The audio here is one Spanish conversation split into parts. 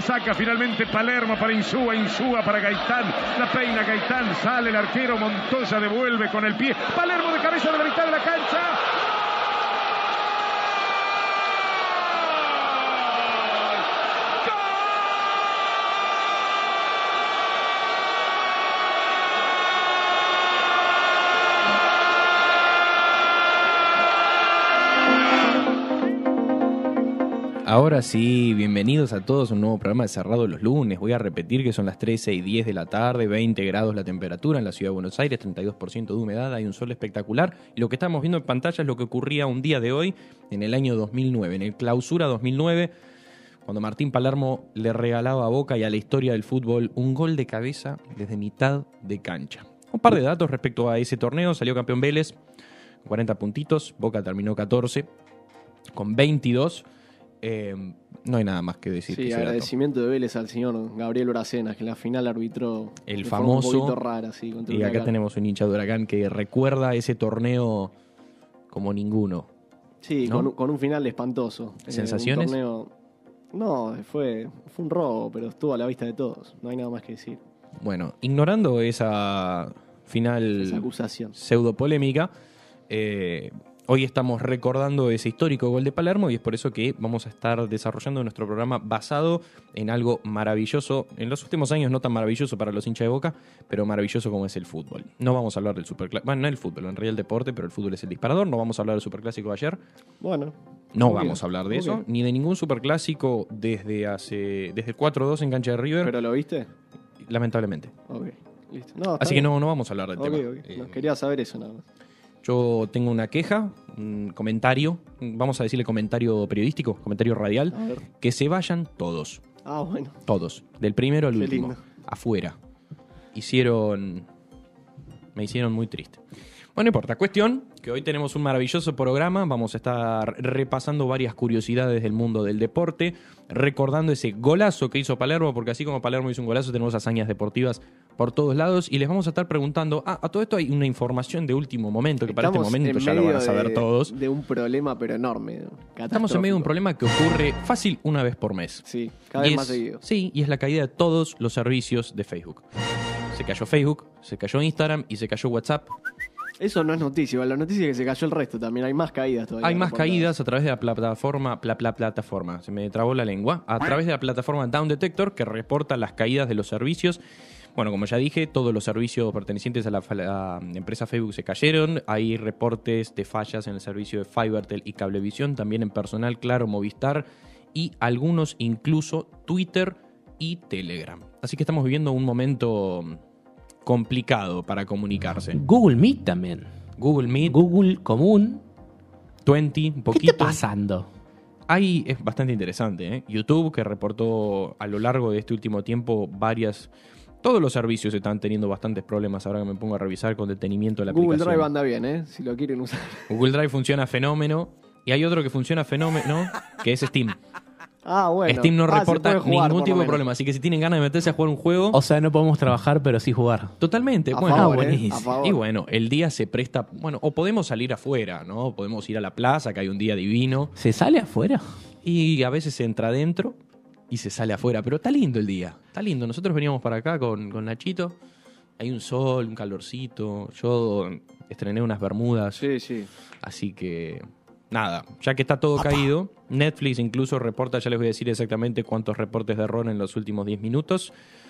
saca finalmente Palermo para Insúa para Gaitán, la peina Gaitán, sale el arquero, Montoya devuelve con el pie, Palermo de cabeza de la mitad de la cancha. Ahora sí, bienvenidos a todos a un nuevo programa de Cerrado los Lunes. Voy a repetir que son las 13:10 de la tarde, 20 grados la temperatura en la ciudad de Buenos Aires, 32% de humedad, hay un sol espectacular. Y lo que estamos viendo en pantalla es lo que ocurría un día de hoy, en el año 2009, en el Clausura 2009, cuando Martín Palermo le regalaba a Boca y a la historia del fútbol un gol de cabeza desde mitad de cancha. Un par de datos respecto a ese torneo: salió campeón Vélez con 40 puntitos, Boca terminó 14 con 22. No hay nada más que decir. Sí, agradecimiento de Vélez al señor Gabriel Oracenas, que en la final arbitró el famoso. Un poquito rara, sí, contra y acá tenemos un hincha de Huracán que recuerda ese torneo como ninguno. Sí, ¿no? con un final espantoso. ¿Sensaciones? No, fue un robo, pero estuvo a la vista de todos. No hay nada más que decir. Bueno, ignorando esa final, esa acusación pseudopolémica, hoy estamos recordando ese histórico gol de Palermo y es por eso que vamos a estar desarrollando nuestro programa basado en algo maravilloso. En los últimos años no tan maravilloso para los hinchas de Boca, pero maravilloso como es el fútbol. No vamos a hablar del superclásico, bueno, no el fútbol, en realidad el deporte, pero el fútbol es el disparador. No vamos a hablar del superclásico de ayer. Bueno. No vamos a hablar de eso, ni de ningún superclásico desde el 4-2 en cancha de River. ¿Pero lo viste? Lamentablemente. Ok, listo. No, así que no vamos a hablar del tema. Okay. No, quería saber eso nada más. Yo tengo una queja, un comentario, vamos a decirle comentario periodístico, comentario radial, que se vayan todos. Ah, bueno. Todos, del primero al Qué último, lindo. Afuera. Me hicieron muy triste. Bueno, no importa. Cuestión que hoy tenemos un maravilloso programa. Vamos a estar repasando varias curiosidades del mundo del deporte, recordando ese golazo que hizo Palermo, porque así como Palermo hizo un golazo, tenemos hazañas deportivas por todos lados. Y les vamos a estar preguntando, a todo esto hay una información de último momento, que para este momento ya lo van a saber todos. De un problema, pero enorme. Estamos en medio de un problema que ocurre fácil una vez por mes. Sí, cada vez más seguido. Sí, y es la caída de todos los servicios de Facebook. Se cayó Facebook, se cayó Instagram y se cayó WhatsApp. Eso no es noticia, la noticia es que se cayó el resto también, hay más caídas todavía. Hay más caídas a través de la plataforma, se me trabó la lengua, a través de la plataforma Down Detector, que reporta las caídas de los servicios. Bueno, como ya dije, todos los servicios pertenecientes a la empresa Facebook se cayeron. Hay reportes de fallas en el servicio de Fibertel y Cablevisión, también en Personal, Claro, Movistar y algunos incluso Twitter y Telegram. Así que estamos viviendo un momento complicado para comunicarse. Google Meet también. Google Meet. Google Común. 20, un poquito. ¿Qué está pasando? Ahí es bastante interesante, ¿eh? YouTube, que reportó a lo largo de este último tiempo todos los servicios están teniendo bastantes problemas ahora que me pongo a revisar con detenimiento de la Google aplicación. Drive anda bien, si lo quieren usar. Google Drive funciona fenómeno. Y hay otro que funciona fenómeno, que es Steam. Ah, bueno. Steam no reporta jugar, ningún tipo de problema. Así que si tienen ganas de meterse a jugar un juego... O sea, no podemos trabajar, pero sí jugar. Totalmente. A Bueno, favor, buenísimo. a favor. Y bueno, el día se presta... Bueno, o podemos salir afuera, ¿no? Podemos ir a la plaza, que hay un día divino. ¿Se sale afuera? Y a veces se entra adentro y se sale afuera. Pero está lindo el día. Está lindo. Nosotros veníamos para acá con Nachito. Hay un sol, un calorcito. Yo estrené unas bermudas. Sí. Así que... Nada, ya que está todo caído, Netflix incluso reporta, ya les voy a decir exactamente cuántos reportes de error en los últimos 10 minutos.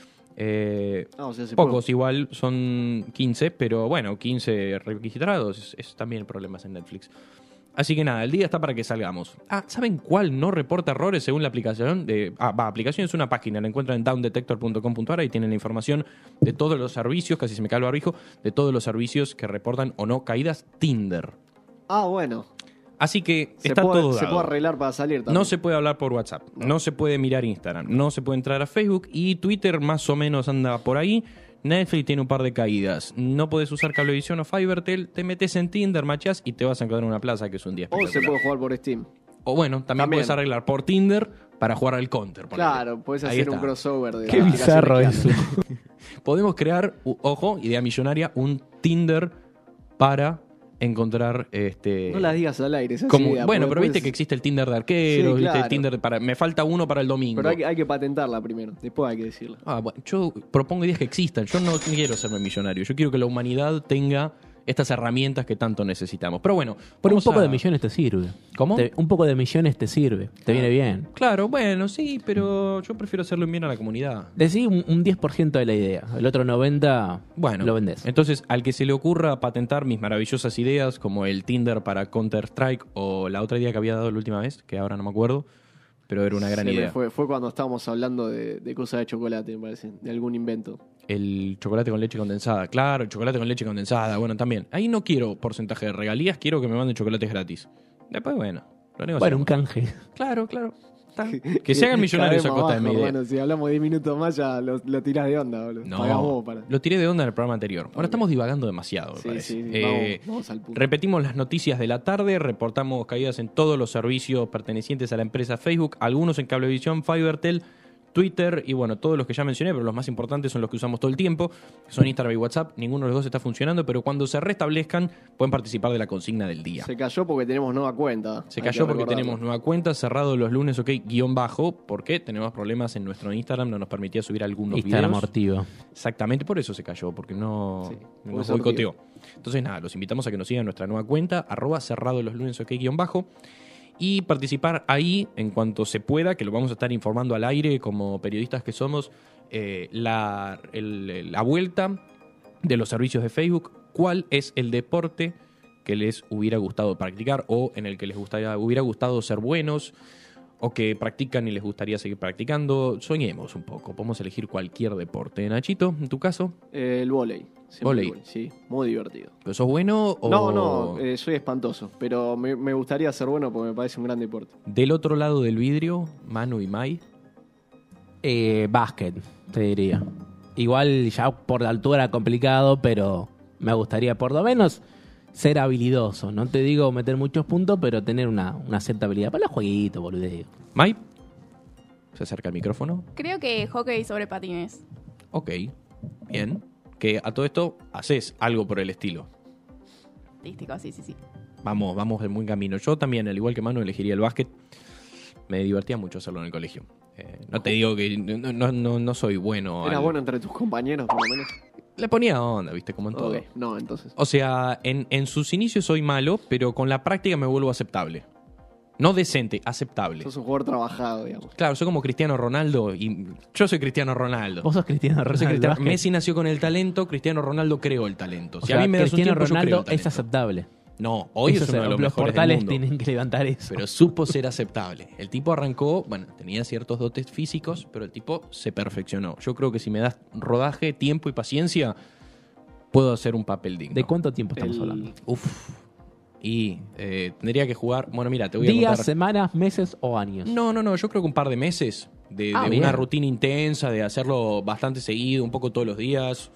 Pocos, igual, son 15, pero bueno, 15 registrados, es también problemas en Netflix. Así que nada, el día está para que salgamos. ¿Saben cuál no reporta errores según la aplicación? Aplicación es una página, la encuentran en downdetector.com.ar, ahí tienen la información de todos los servicios, casi se me cae el barbijo, de todos los servicios que reportan o no caídas. Tinder. Bueno. Así que está todo dado. Se puede arreglar para salir también. No se puede hablar por WhatsApp, no se puede mirar Instagram, no se puede entrar a Facebook y Twitter más o menos anda por ahí. Netflix tiene un par de caídas. No podés usar Cablevisión o Fibertel, te metes en Tinder, machás y te vas a encontrar en una plaza que es un día espectacular. O se puede jugar por Steam. O bueno, también puedes arreglar por Tinder para jugar al Counter. Claro, puedes hacer un crossover de Qué bizarro eso. Podemos crear, ojo, idea millonaria, un Tinder para encontrar No las digas al aire, esa como, idea, bueno, porque pero viste después- que existe el Tinder de arqueros, Sí, ¿viste? claro. El Tinder me falta uno para el domingo. Pero hay que patentarla primero, después hay que decirla. Bueno, yo propongo ideas que existan. Yo no quiero serme millonario. Yo quiero que la humanidad tenga estas herramientas que tanto necesitamos. Pero bueno, Pero un vamos poco a- de millones te sirve. ¿Cómo? Un poco de millones te sirve. Te viene bien. Claro, bueno, sí, pero yo prefiero hacerlo bien a la comunidad. Decí un 10% de la idea. El otro 90% Bueno, lo vendés. entonces al que se le ocurra patentar mis maravillosas ideas, como el Tinder para Counter-Strike o la otra idea que había dado la última vez, que ahora no me acuerdo, pero era una gran Se me idea. Fue cuando estábamos hablando de cosas de chocolate, me parece, de algún invento. El chocolate con leche condensada, claro, el chocolate con leche condensada, bueno, también. Ahí no quiero porcentaje de regalías, quiero que me manden chocolates gratis. Después, bueno, lo negociamos. Bueno, un canje. Claro, claro. Está. Que se hagan millonarios a Cada vez costa de más mi bajo, idea. hermano, si hablamos 10 minutos más ya lo tirás de onda, boludo. Pagás vos para. Lo tiré de onda en el programa anterior. Ahora estamos divagando demasiado, me Sí, parece. sí, vamos al punto. Repetimos las noticias de la tarde, reportamos caídas en todos los servicios pertenecientes a la empresa Facebook, algunos en Cablevisión, Fivertel, Twitter y bueno, todos los que ya mencioné, pero los más importantes son los que usamos todo el tiempo, que son Instagram y WhatsApp. Ninguno de los dos está funcionando, pero cuando se restablezcan pueden participar de la consigna del día. Se cayó porque tenemos nueva cuenta. Se Hay cayó que porque recordarlo. tenemos nueva cuenta, cerrado los lunes, ok, guión bajo, porque tenemos problemas en nuestro Instagram, no nos permitía subir algunos Instagram videos. amortivo. Exactamente, por eso se cayó, porque no Sí, nos fue boicoteó. Entonces nada, los invitamos a que nos sigan en nuestra nueva cuenta, @cerrado los lunes, ok, guión bajo, y participar ahí en cuanto se pueda, que lo vamos a estar informando al aire como periodistas que somos, la vuelta de los servicios de Facebook, cuál es el deporte que les hubiera gustado practicar o en el que les hubiera gustado ser buenos o que practican y les gustaría seguir practicando. Soñemos un poco, podemos elegir cualquier deporte. Nachito, en tu caso, El vóley. Siempre Vóley. el vóley, sí, muy divertido. ¿pero sos bueno o...? No, soy espantoso, pero me gustaría ser bueno porque me parece un gran deporte. Del otro lado del vidrio, Manu y Mai. Básquet, te diría. Igual ya por la altura complicado, pero me gustaría por lo menos ser habilidoso. No te digo meter muchos puntos, pero tener una cierta habilidad. Para los jueguitos, boludeo. Mai, se acerca el micrófono. Creo que hockey sobre patines. Ok, bien. Que a todo esto haces algo por el estilo. Artístico, sí, sí, sí. Vamos en buen camino. Yo también, al igual que Manu, elegiría el básquet. Me divertía mucho hacerlo en el colegio. No te digo que no soy bueno. ¿Eras bueno entre tus compañeros, por lo menos? Le ponía onda, viste, como en todo. Ok, no, entonces. O sea, en sus inicios soy malo, pero con la práctica me vuelvo aceptable. No decente, aceptable. Sos un jugador trabajado, digamos. Claro, soy como Cristiano Ronaldo y yo soy Cristiano Ronaldo. Vos sos Cristiano Yo soy Ronaldo. Cristiano- básquet. Messi nació con el talento, Cristiano Ronaldo creó el talento. O Si sea, a mí me das un Cristiano tiempo, yo creo el Ronaldo es talento. aceptable. No, hoy Eso es uno de los los mejores del portales mundo. tienen que levantar eso. Pero supo ser aceptable. El tipo arrancó, bueno, tenía ciertos dotes físicos, pero el tipo se perfeccionó. Yo creo que si me das rodaje, tiempo y paciencia, puedo hacer un papel digno. ¿De cuánto tiempo estamos hablando? Uf. Y tendría que jugar. Bueno, mira, te voy a ¿Días, contar. semanas, meses o años? No, yo creo que un par de meses de Bien. una rutina intensa, de hacerlo bastante seguido, un poco todos los días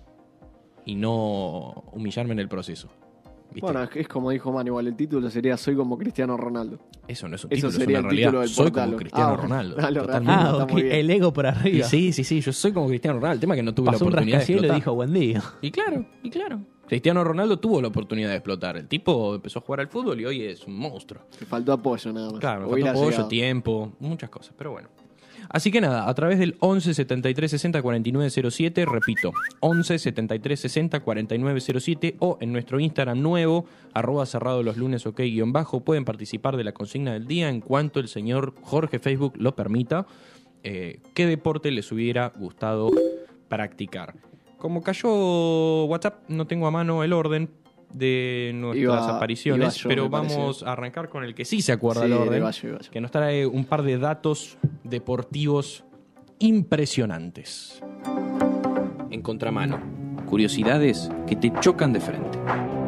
y no humillarme en el proceso. ¿Viste? Bueno, es como dijo Man, igual el título sería Soy como Cristiano Ronaldo. Eso no es un Eso título, sería es una el título realidad. del Soy portal. como Cristiano Ah, Ronaldo. ah, lo totalmente. real. Ah, Está ok. muy bien. El ego por Y arriba. sí, yo soy como Cristiano Ronaldo. El tema es que no tuve Pasó la un oportunidad de rascacielos y explotar. le dijo buen día. Y claro. Cristiano Ronaldo tuvo la oportunidad de explotar. El tipo empezó a jugar al fútbol y hoy es un monstruo. Te faltó apoyo nada más. Claro, me Hubiera faltó apoyo, llegado. tiempo, muchas cosas, pero bueno. Así que nada, a través del 11 73 60 49 07, repito, 11 73 60 49 07 o en nuestro Instagram nuevo, @cerrado los lunes ok _ pueden participar de la consigna del día en cuanto el señor Jorge Facebook lo permita. ¿Qué deporte les hubiera gustado practicar? Como cayó WhatsApp, no tengo a mano el orden de nuestras Iba apariciones, yo, pero me parece. vamos a arrancar con el que sí se acuerda Sí, el de orden, Valle. que nos trae un par de datos deportivos impresionantes. En contramano, curiosidades que te chocan de frente.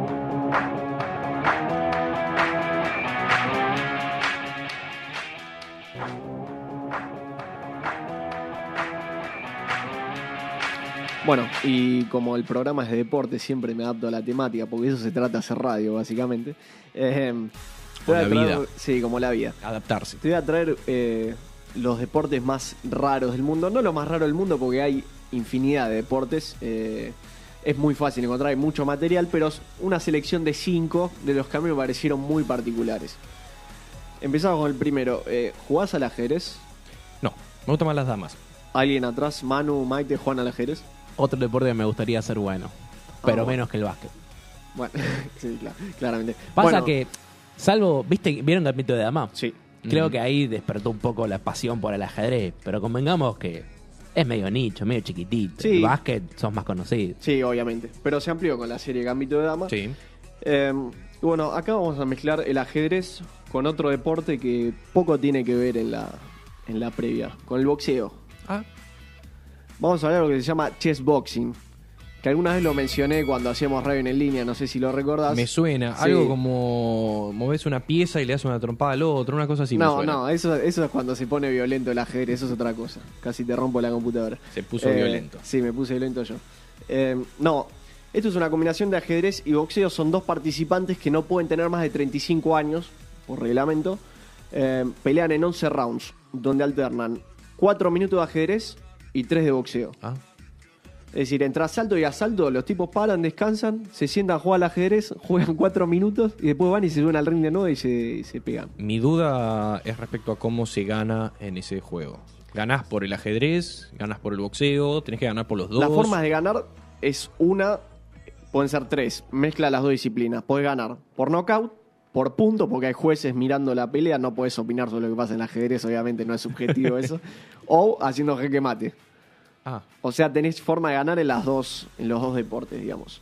Bueno, y como el programa es de deporte, siempre me adapto a la temática, porque eso se trata de hacer radio, básicamente. Te voy a la traer- vida. Sí, como la vida. Adaptarse. Te voy a traer los deportes más raros del mundo. No lo más raro del mundo, porque hay infinidad de deportes. es muy fácil encontrar, hay mucho material, pero es una selección de 5 de los que a mí me parecieron muy particulares. Empezamos con el primero. ¿Jugás al ajedrez? No, me gustan más las damas. ¿Alguien atrás? Manu, Maite, juegan al ajedrez. Otro deporte que me gustaría hacer bueno, pero bueno. menos que el básquet. Bueno, sí, claramente. Pasa Bueno, que, salvo, ¿vieron Gambito de Dama? Sí. Creo que ahí despertó un poco la pasión por el ajedrez, pero convengamos que es medio nicho, medio chiquitito. Sí. El básquet son más conocidos. Sí, obviamente. Pero se amplió con la serie Gambito de Dama. Sí. Bueno, acá vamos a mezclar el ajedrez con otro deporte que poco tiene que ver en la previa, con el boxeo. Ah, Vamos a hablar de lo que se llama chess boxing, que alguna vez lo mencioné cuando hacíamos radio en línea, no sé si lo recordás. me suena. Sí. Algo como moves una pieza y le das una trompada al otro, una cosa así me No, suena. no, eso es cuando se pone violento el ajedrez, eso es otra cosa. Casi te rompo la computadora. Se puso violento. Sí, me puse violento yo. No, esto es una combinación de ajedrez y boxeo. Son dos participantes que no pueden tener más de 35 años, por reglamento. Pelean en 11 rounds, donde alternan 4 minutos de ajedrez y 3 de boxeo. Ah, Es decir, entre asalto y asalto, los tipos paran, descansan, se sientan a jugar al ajedrez, juegan 4 minutos y después van y se suben al ring de nuevo y se pegan. mi duda es respecto a cómo se gana en ese juego. ¿Ganás por el ajedrez? ¿Ganás por el boxeo? ¿Tenés que ganar por los dos? Las formas de ganar es una, pueden ser 3, mezcla las dos disciplinas. Podés ganar por knockout, por punto, porque hay jueces mirando la pelea, no podés opinar sobre lo que pasa en el ajedrez, obviamente no es subjetivo eso, o haciendo jaque mate. Ah, O sea, tenés forma de ganar en los dos deportes, digamos.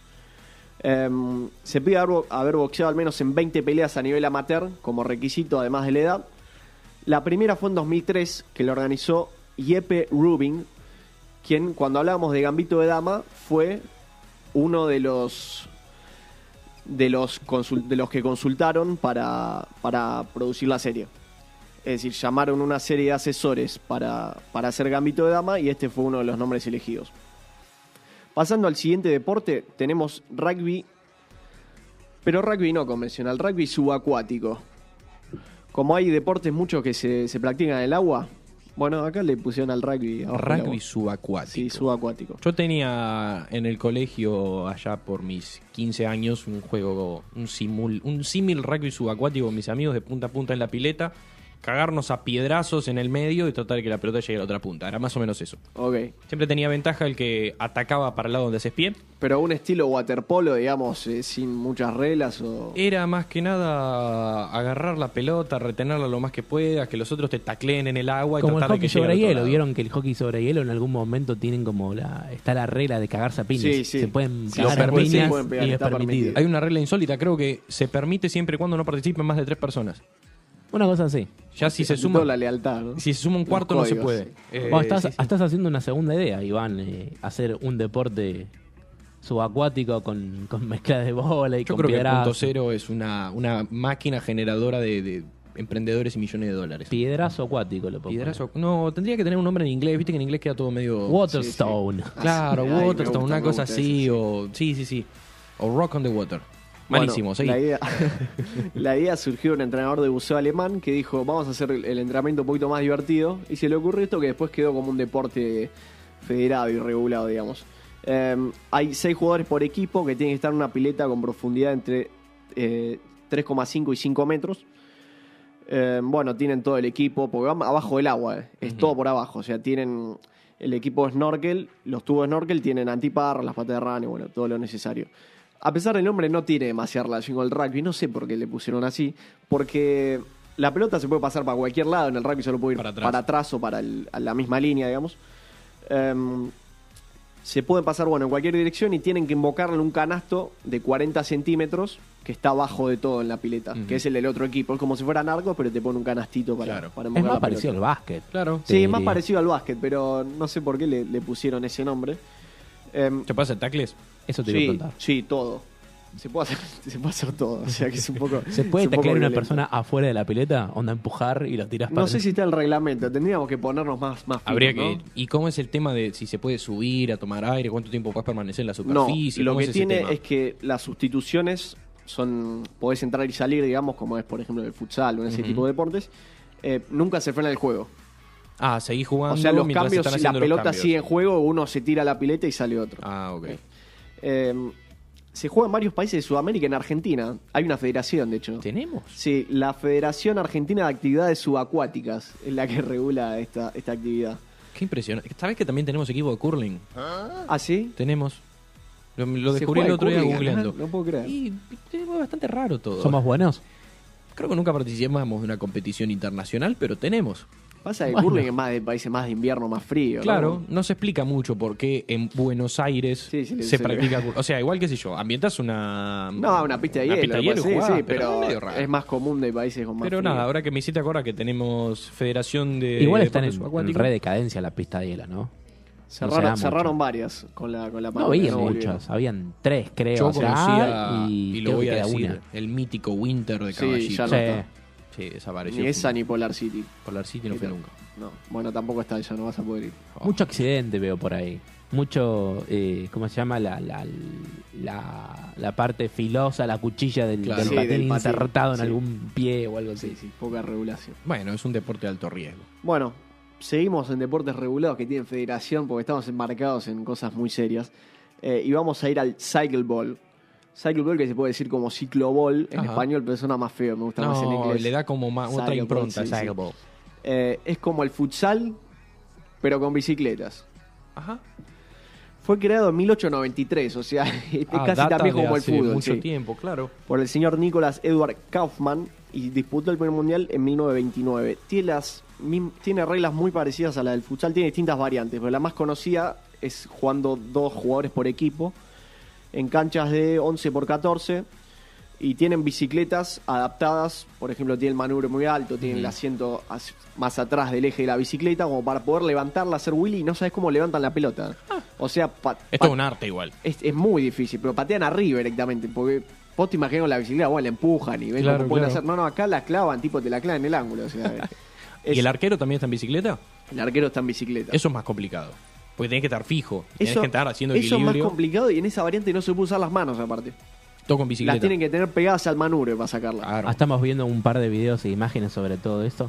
Se pide haber boxeado al menos en 20 peleas a nivel amateur, como requisito, además de la edad. La primera fue en 2003, que lo organizó Jeppe Rubin, quien, cuando hablábamos de Gambito de Dama, fue uno de los que consultaron para producir la serie. Es decir, llamaron una serie de asesores para hacer Gambito de Dama y este fue uno de los nombres elegidos. Pasando al siguiente deporte, tenemos rugby, pero rugby no convencional, rugby subacuático. Como hay deportes muchos que se practican en el agua, bueno, acá le pusieron al rugby. abajo del rugby agua. subacuático. Sí, subacuático. Yo tenía en el colegio, allá por mis 15 años, un juego, un símil rugby subacuático con mis amigos de punta a punta en la pileta, cagarnos a piedrazos en el medio y tratar de que la pelota llegue a la otra punta. Era más o menos eso. Ok. Siempre tenía ventaja el que atacaba para el lado donde haces pie. Pero un estilo waterpolo, digamos, sin muchas reglas o... Era más que nada agarrar la pelota, retenerla lo más que puedas, que los otros te tacleen en el agua y Como el tratar de hockey que llegue sobre al otro hielo. lado. Vieron que el hockey sobre hielo en algún momento tienen como está la regla de cagarse a piñas. Sí, sí. Se pueden Sí, cagar a permite, piñas pueden pegar, y es está permitido. permitido. Hay una regla insólita, creo que se permite siempre y cuando no participen más de 3 personas. Una cosa así. Ya si se Ante suma todo la lealtad, ¿no? si se suma un Los cuarto no se códigos. puede. Bueno, estás, Sí, sí. estás haciendo una segunda idea, Iván, hacer un deporte subacuático con mezcla de bola y Yo con creo que el piedrazo. punto cero es una máquina generadora de emprendedores y millones de dólares. Piedrazo acuático lo pongo. Piedrazo. No, tendría que tener un nombre en inglés, viste que en inglés queda todo medio... Waterstone. Claro, Ay, me Waterstone, gusta, una me cosa gusta así, ese, sí. o... Sí. O Rock on the Water. Bueno, Malísimo, sí. la idea surgió de un entrenador de buceo alemán que dijo, vamos a hacer el entrenamiento un poquito más divertido. Y se le ocurrió esto que después quedó como un deporte federado y regulado, digamos. Hay 6 jugadores por equipo que tienen que estar en una pileta con profundidad entre 3,5 y 5 metros. Bueno, tienen todo el equipo, porque van abajo del agua, es todo por abajo. O sea, tienen el equipo de snorkel, los tubos de snorkel, tienen antiparras, las patas de rana y bueno, todo lo necesario. A pesar del nombre, no tiene demasiada relación con el rugby. No sé por qué le pusieron así. Porque la pelota se puede pasar para cualquier lado. En el rugby solo puede ir para atrás o para la misma línea, digamos. Se pueden pasar, bueno, en cualquier dirección y tienen que invocarle un canasto de 40 centímetros que está abajo de todo en la pileta, que es el del otro equipo. Es como si fuera narcos, pero te pone un canastito para Claro. para Es invocar más la parecido al pelota. básquet. Claro. Sí, es Te más diría. parecido al básquet, pero no sé por qué le pusieron ese nombre. ¿Se puede hacer tacles? Eso te iba a Sí, contar. sí, todo. Se puede hacer todo. O sea que es un poco. ¿Se puede es un poco taclear a una violento. persona afuera de la pileta? Onda empujar y lo tiras para No sé si está el reglamento. Tendríamos que ponernos más finos, Habría ¿no? que... ¿Y cómo es el tema de si se puede subir a tomar aire? ¿Cuánto tiempo puedes permanecer en la No, superficie? lo ¿Cómo que es ese tiene tema? es que las sustituciones son. Podés entrar y salir, digamos, como es, por ejemplo, el futsal o en ese tipo de deportes. Nunca se frena el juego. Ah, seguís jugando O sea, los mientras cambios, están si la haciendo los pelota cambios. sigue en juego, uno se tira a la pileta y sale otro. Ah, ok. Se juega en varios países de Sudamérica, en Argentina. Hay una federación, de hecho. ¿Tenemos? Sí, la Federación Argentina de Actividades Subacuáticas es la que regula esta actividad. Qué impresionante. ¿Sabés que también tenemos equipo de curling? ¿Ah, sí? Tenemos. Lo Se descubrí juega el otro día curling acá, googleando. no puedo creer. Y es bastante raro todo. ¿Somos buenos? Creo que nunca participamos de una competición internacional, pero tenemos. Pasa que Bueno. curling es más de países más de invierno, más frío. Claro, ¿no? no se explica mucho por qué en Buenos Aires Sí, sí, se sí. practica curling. O sea, igual que si yo, ambientas una... No, una pista de hielo. y sí, jugás, sí, pero es medio raro. es más común de países con más Pero frío. nada, ahora que me hiciste acordar que tenemos Federación de Igual están Deportes en Subacuáticos. re decadencia la pista de hielo, ¿no? Cerraron mucho. varias con la No pandemia, veía volvieron. muchas, habían 3 creo. Yo acá, conocía, y lo creo voy que a queda decir, una. el mítico Winter de Sí, Caballito. ya no Sí. está. Sí, desapareció. Ni esa ni Polar City. Polar City no fue nunca. No, bueno, tampoco está, ya no vas a poder ir. Mucho accidente veo por ahí. Mucho, ¿cómo se llama? La parte filosa, la cuchilla del, Claro. del Sí, patín del patín, insertado en sí. algún pie o algo así. Sí, sí, poca regulación. Bueno, es un deporte de alto riesgo. Bueno, seguimos en deportes regulados que tienen federación porque estamos enmarcados en cosas muy serias. Y vamos a ir al cycle ball. Cycle ball, que se puede decir como cicloball en Ajá. español, pero suena más feo, me gusta más en No, inglés. le da como otra Cycle impronta. ball, sí, sí. Cycle ball. Es como el futsal, pero con bicicletas. Ajá. Fue creado en 1893, o sea, es casi data tan viejo de como el hace fútbol. mucho sí. tiempo, claro. Por el señor Nicholas Edward Kaufman y disputó el primer mundial en 1929. Tiene reglas muy parecidas a la del futsal, tiene distintas variantes, pero la más conocida es jugando 2 jugadores por equipo en canchas de 11 por 14 y tienen bicicletas adaptadas, por ejemplo, tiene el manubrio muy alto, tiene el asiento más atrás del eje de la bicicleta como para poder levantarla, hacer wheelie y no sabes cómo levantan la pelota. O sea, Esto es un arte igual. es muy difícil, pero patean arriba directamente, porque vos te imaginas con la bicicleta, bueno, la empujan y ven Claro, cómo pueden claro. hacer. No, acá la clavan, tipo te la clavan en el ángulo. O sea, ¿Y el arquero también está en bicicleta? el arquero está en bicicleta. Eso es más complicado. Porque tenés que estar fijo. Tenés que estar haciendo eso es equilibrio. más complicado y en esa variante no se puede usar las manos aparte. Todo con bicicleta. Las tienen que tener pegadas al manubrio para sacarla. Claro. Ah, estamos viendo un par de videos e imágenes sobre todo esto.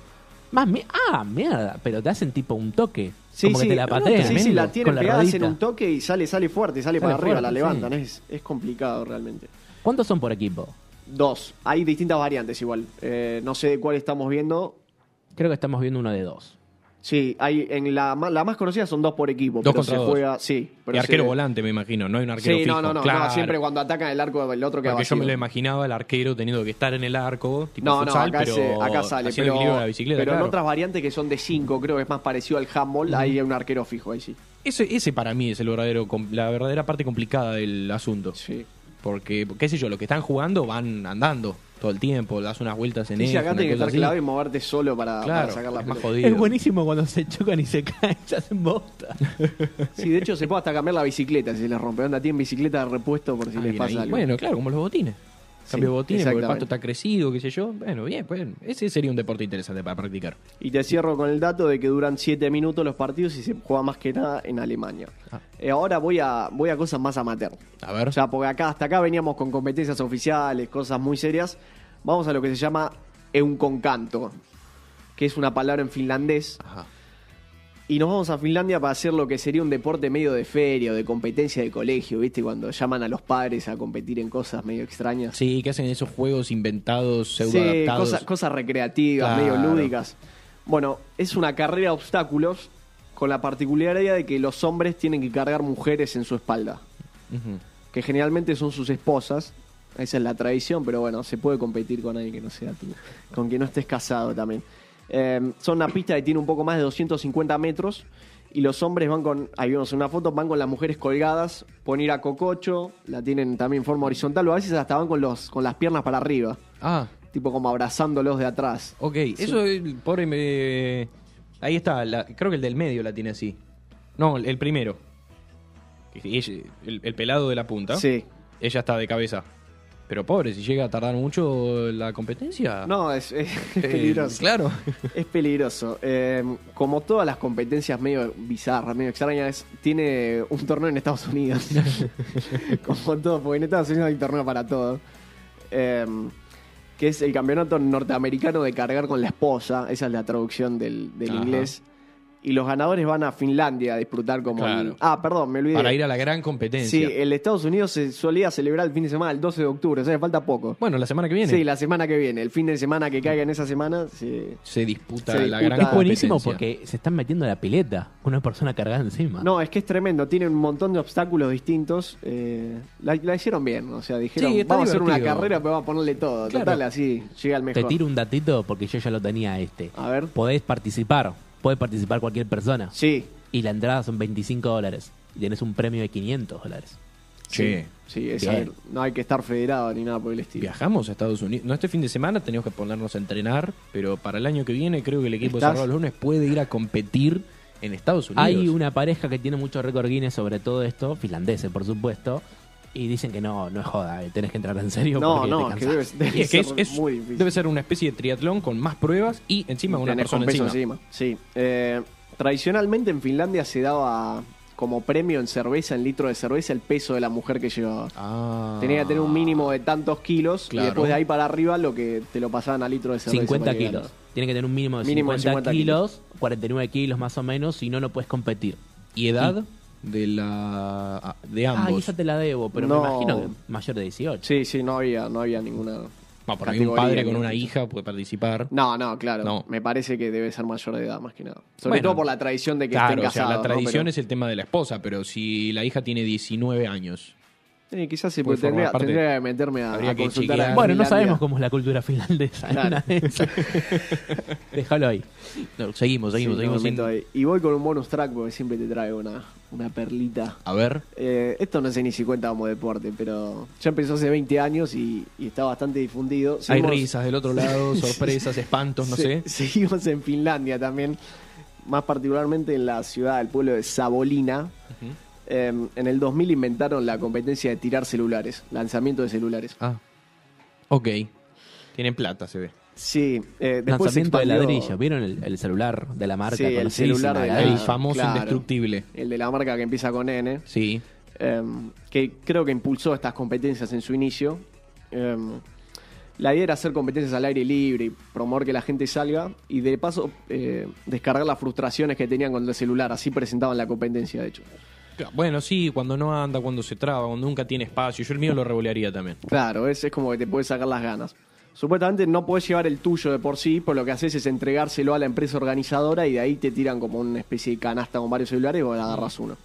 Mierda, pero te hacen tipo un toque. Como que te la patean. sí, la tienen con la pegadas rodita. en un toque y sale fuerte, sale para arriba, fuerte, la sí. levantan. Es complicado realmente. ¿Cuántos son por equipo? 2. Hay distintas variantes igual. No sé de cuál estamos viendo. Creo que estamos viendo uno de 2. Sí, hay en la más conocida son 2 por equipo. 2 pero contra se 2. juega, sí. Pero Y arquero se- volante, me imagino. No hay un arquero Sí, fijo. no, Claro. siempre cuando atacan el arco del otro que Porque yo me lo imaginaba el arquero teniendo que estar en el arco, tipo No, futsal, acá, pero acá sale. haciendo equilibrio de la bicicleta. pero claro. en otras variantes que son de 5, creo que es más parecido al handball, ahí hay un arquero fijo, ahí sí. Ese para mí es la verdadera parte complicada del asunto. Sí. Porque, qué sé yo, los que están jugando van andando todo el tiempo, das unas vueltas en Sí, eso. acá una tenés que cosa estar así. clave y moverte solo para Claro, sacar la es más pelota. jodido. Es buenísimo cuando se chocan y se caen, se hacen bosta. Sí, de hecho se puede hasta cambiar la bicicleta si se les rompe. Onda, tienen bicicleta de repuesto por si les Alguien pasa ahí. algo. Bueno, claro, como los botines. Sí, Cambio de botines porque el exactamente. pasto está crecido, qué sé yo. Bueno, bien, pues ese sería un deporte interesante para practicar. Y te cierro con el dato de que duran 7 minutos los partidos y se juega más que nada en Alemania. Ah. Ahora voy a cosas más amateur. A ver. O sea, porque hasta acá veníamos con competencias oficiales, cosas muy serias. Vamos a lo que se llama Eunconcanto, que es una palabra en finlandés. Ajá. Y nos vamos a Finlandia para hacer lo que sería un deporte medio de feria o de competencia de colegio, ¿viste? Cuando llaman a los padres a competir en cosas medio extrañas. Sí, que hacen esos juegos inventados, Sí, pseudo-adaptados. cosas recreativas, Claro. medio lúdicas. Bueno, es una carrera de obstáculos con la particularidad de que los hombres tienen que cargar mujeres en su espalda, Ujú. que generalmente son sus esposas. Esa es la tradición, pero bueno, se puede competir con alguien que no sea tú, con quien no estés casado también. Son una pista que tiene un poco más de 250 metros y los hombres van con, ahí vemos una foto, van con las mujeres colgadas, pueden ir a cococho, la tienen también en forma horizontal o a veces hasta van con las piernas para arriba, Ah, tipo como abrazándolos de atrás. ok. Eso, pobre, ahí está. Creo que el del medio la tiene así. No, el primero. El pelado de la punta. Sí. Ella está de cabeza. Pero pobre, si llega a tardar mucho la competencia. No, es peligroso. Claro. Es peligroso. Como todas las competencias medio bizarras, medio extrañas, tiene un torneo en Estados Unidos. Como todo, porque en Estados Unidos hay un torneo para todo. Que es el campeonato norteamericano de cargar con la esposa. Esa es la traducción del Ajá. inglés. y los ganadores van a Finlandia a disfrutar como Claro. perdón, me olvidé. Para ir a la gran competencia. Sí, el de Estados Unidos se solía celebrar el fin de semana, el 12 de octubre, o sea, falta poco. Bueno, la semana que viene Sí, la semana que viene, el fin de semana que caiga en esa semana, se disputa se la disputa. gran Es buenísimo competencia. porque se están metiendo a la pileta con una persona cargada encima. No, es que es tremendo, tiene un montón de obstáculos distintos. La hicieron bien, o sea, dijeron, Sí, está vamos a hacer una divertido. carrera, pero vamos a ponerle todo. Claro. Total, así llega el Te mejor. tiro un datito porque yo ya lo tenía A ver. Puede participar cualquier persona. Sí, Y la entrada son $25. Y tenés un premio de $500. Che, sí, Bien. no hay que estar federado ni nada por el estilo. viajamos a Estados Unidos. No, este fin de semana tenemos que ponernos a entrenar, pero para el año que viene creo que el equipo de ¿Estás? Cerrado los Lunes puede ir a competir en Estados Unidos. Hay una pareja que tiene mucho récord Guinness sobre todo esto, finlandeses por supuesto, y dicen que no es joda, tenés que entrar en serio No, porque no, te que cansás. debe Y es que ser es- muy difícil. debe ser una especie de triatlón con más pruebas y encima una Tenés persona con peso encima. Sí. Tradicionalmente en Finlandia se daba como premio en cerveza, en litro de cerveza, el peso de la mujer que llevaba. Ah. Tenía que tener un mínimo de tantos kilos Claro. y después de ahí para arriba lo que te lo pasaban a litro de cerveza. 50 para que kilos. ganas. Tiene que tener un mínimo de Mínimo de 50, 50 kilos, 49 kilos más o menos, si no, no puedes competir. ¿Y edad de ambos? Ah, esa te la debo, pero No. me imagino que mayor de 18. Sí, no había ninguna. No, por ahí un categoría padre que con una no- hija puede participar. No, claro. No. Me parece que debe ser mayor de edad más que nada. Sobre Bueno, todo por la tradición de que Claro, estén o sea, casados. la ¿no? tradición Pero- es el tema de la esposa, pero si la hija tiene 19 años, quizás sí, puede porque formar parte. tendría que meterme Habría a que consultar chequear. a Bueno, no Finlandia. sabemos cómo es la cultura finlandesa. Claro. Una de esas. Déjalo ahí. no, seguimos Sí, no, me sin- meto ahí. Y voy con un bonus track porque siempre te traigo una perlita. A ver, Esto no sé ni si cuenta como deporte, pero ya empezó hace 20 años y está bastante difundido. hay Seguimos- risas del otro lado, sorpresas, espantos, no sé. Seguimos en Finlandia también, más particularmente en la ciudad del pueblo de Savonlinna. En el 2000 inventaron la competencia de tirar celulares, lanzamiento de celulares. Ah, ok. Tienen plata, se ve. Sí, después se Lanzamiento de expandió- ladrillo. ¿Vieron el celular de la marca? Sí, el conocidísima, celular de la- El Ah, famoso claro. indestructible. El de la marca que empieza con N. Sí. Que creo que impulsó estas competencias en su inicio. La idea era hacer competencias al aire libre y promover que la gente salga y de paso descargar las frustraciones que tenían con el celular. Así presentaban la competencia, de hecho. Bueno, sí, cuando no anda, cuando se traba, cuando nunca tiene espacio. Yo el mío lo revolearía también. Claro, es como que te puedes sacar las ganas. Supuestamente no podés llevar el tuyo de por sí, por lo que haces es entregárselo a la empresa organizadora y de ahí te tiran como una especie de canasta con varios celulares y vos agarras uno.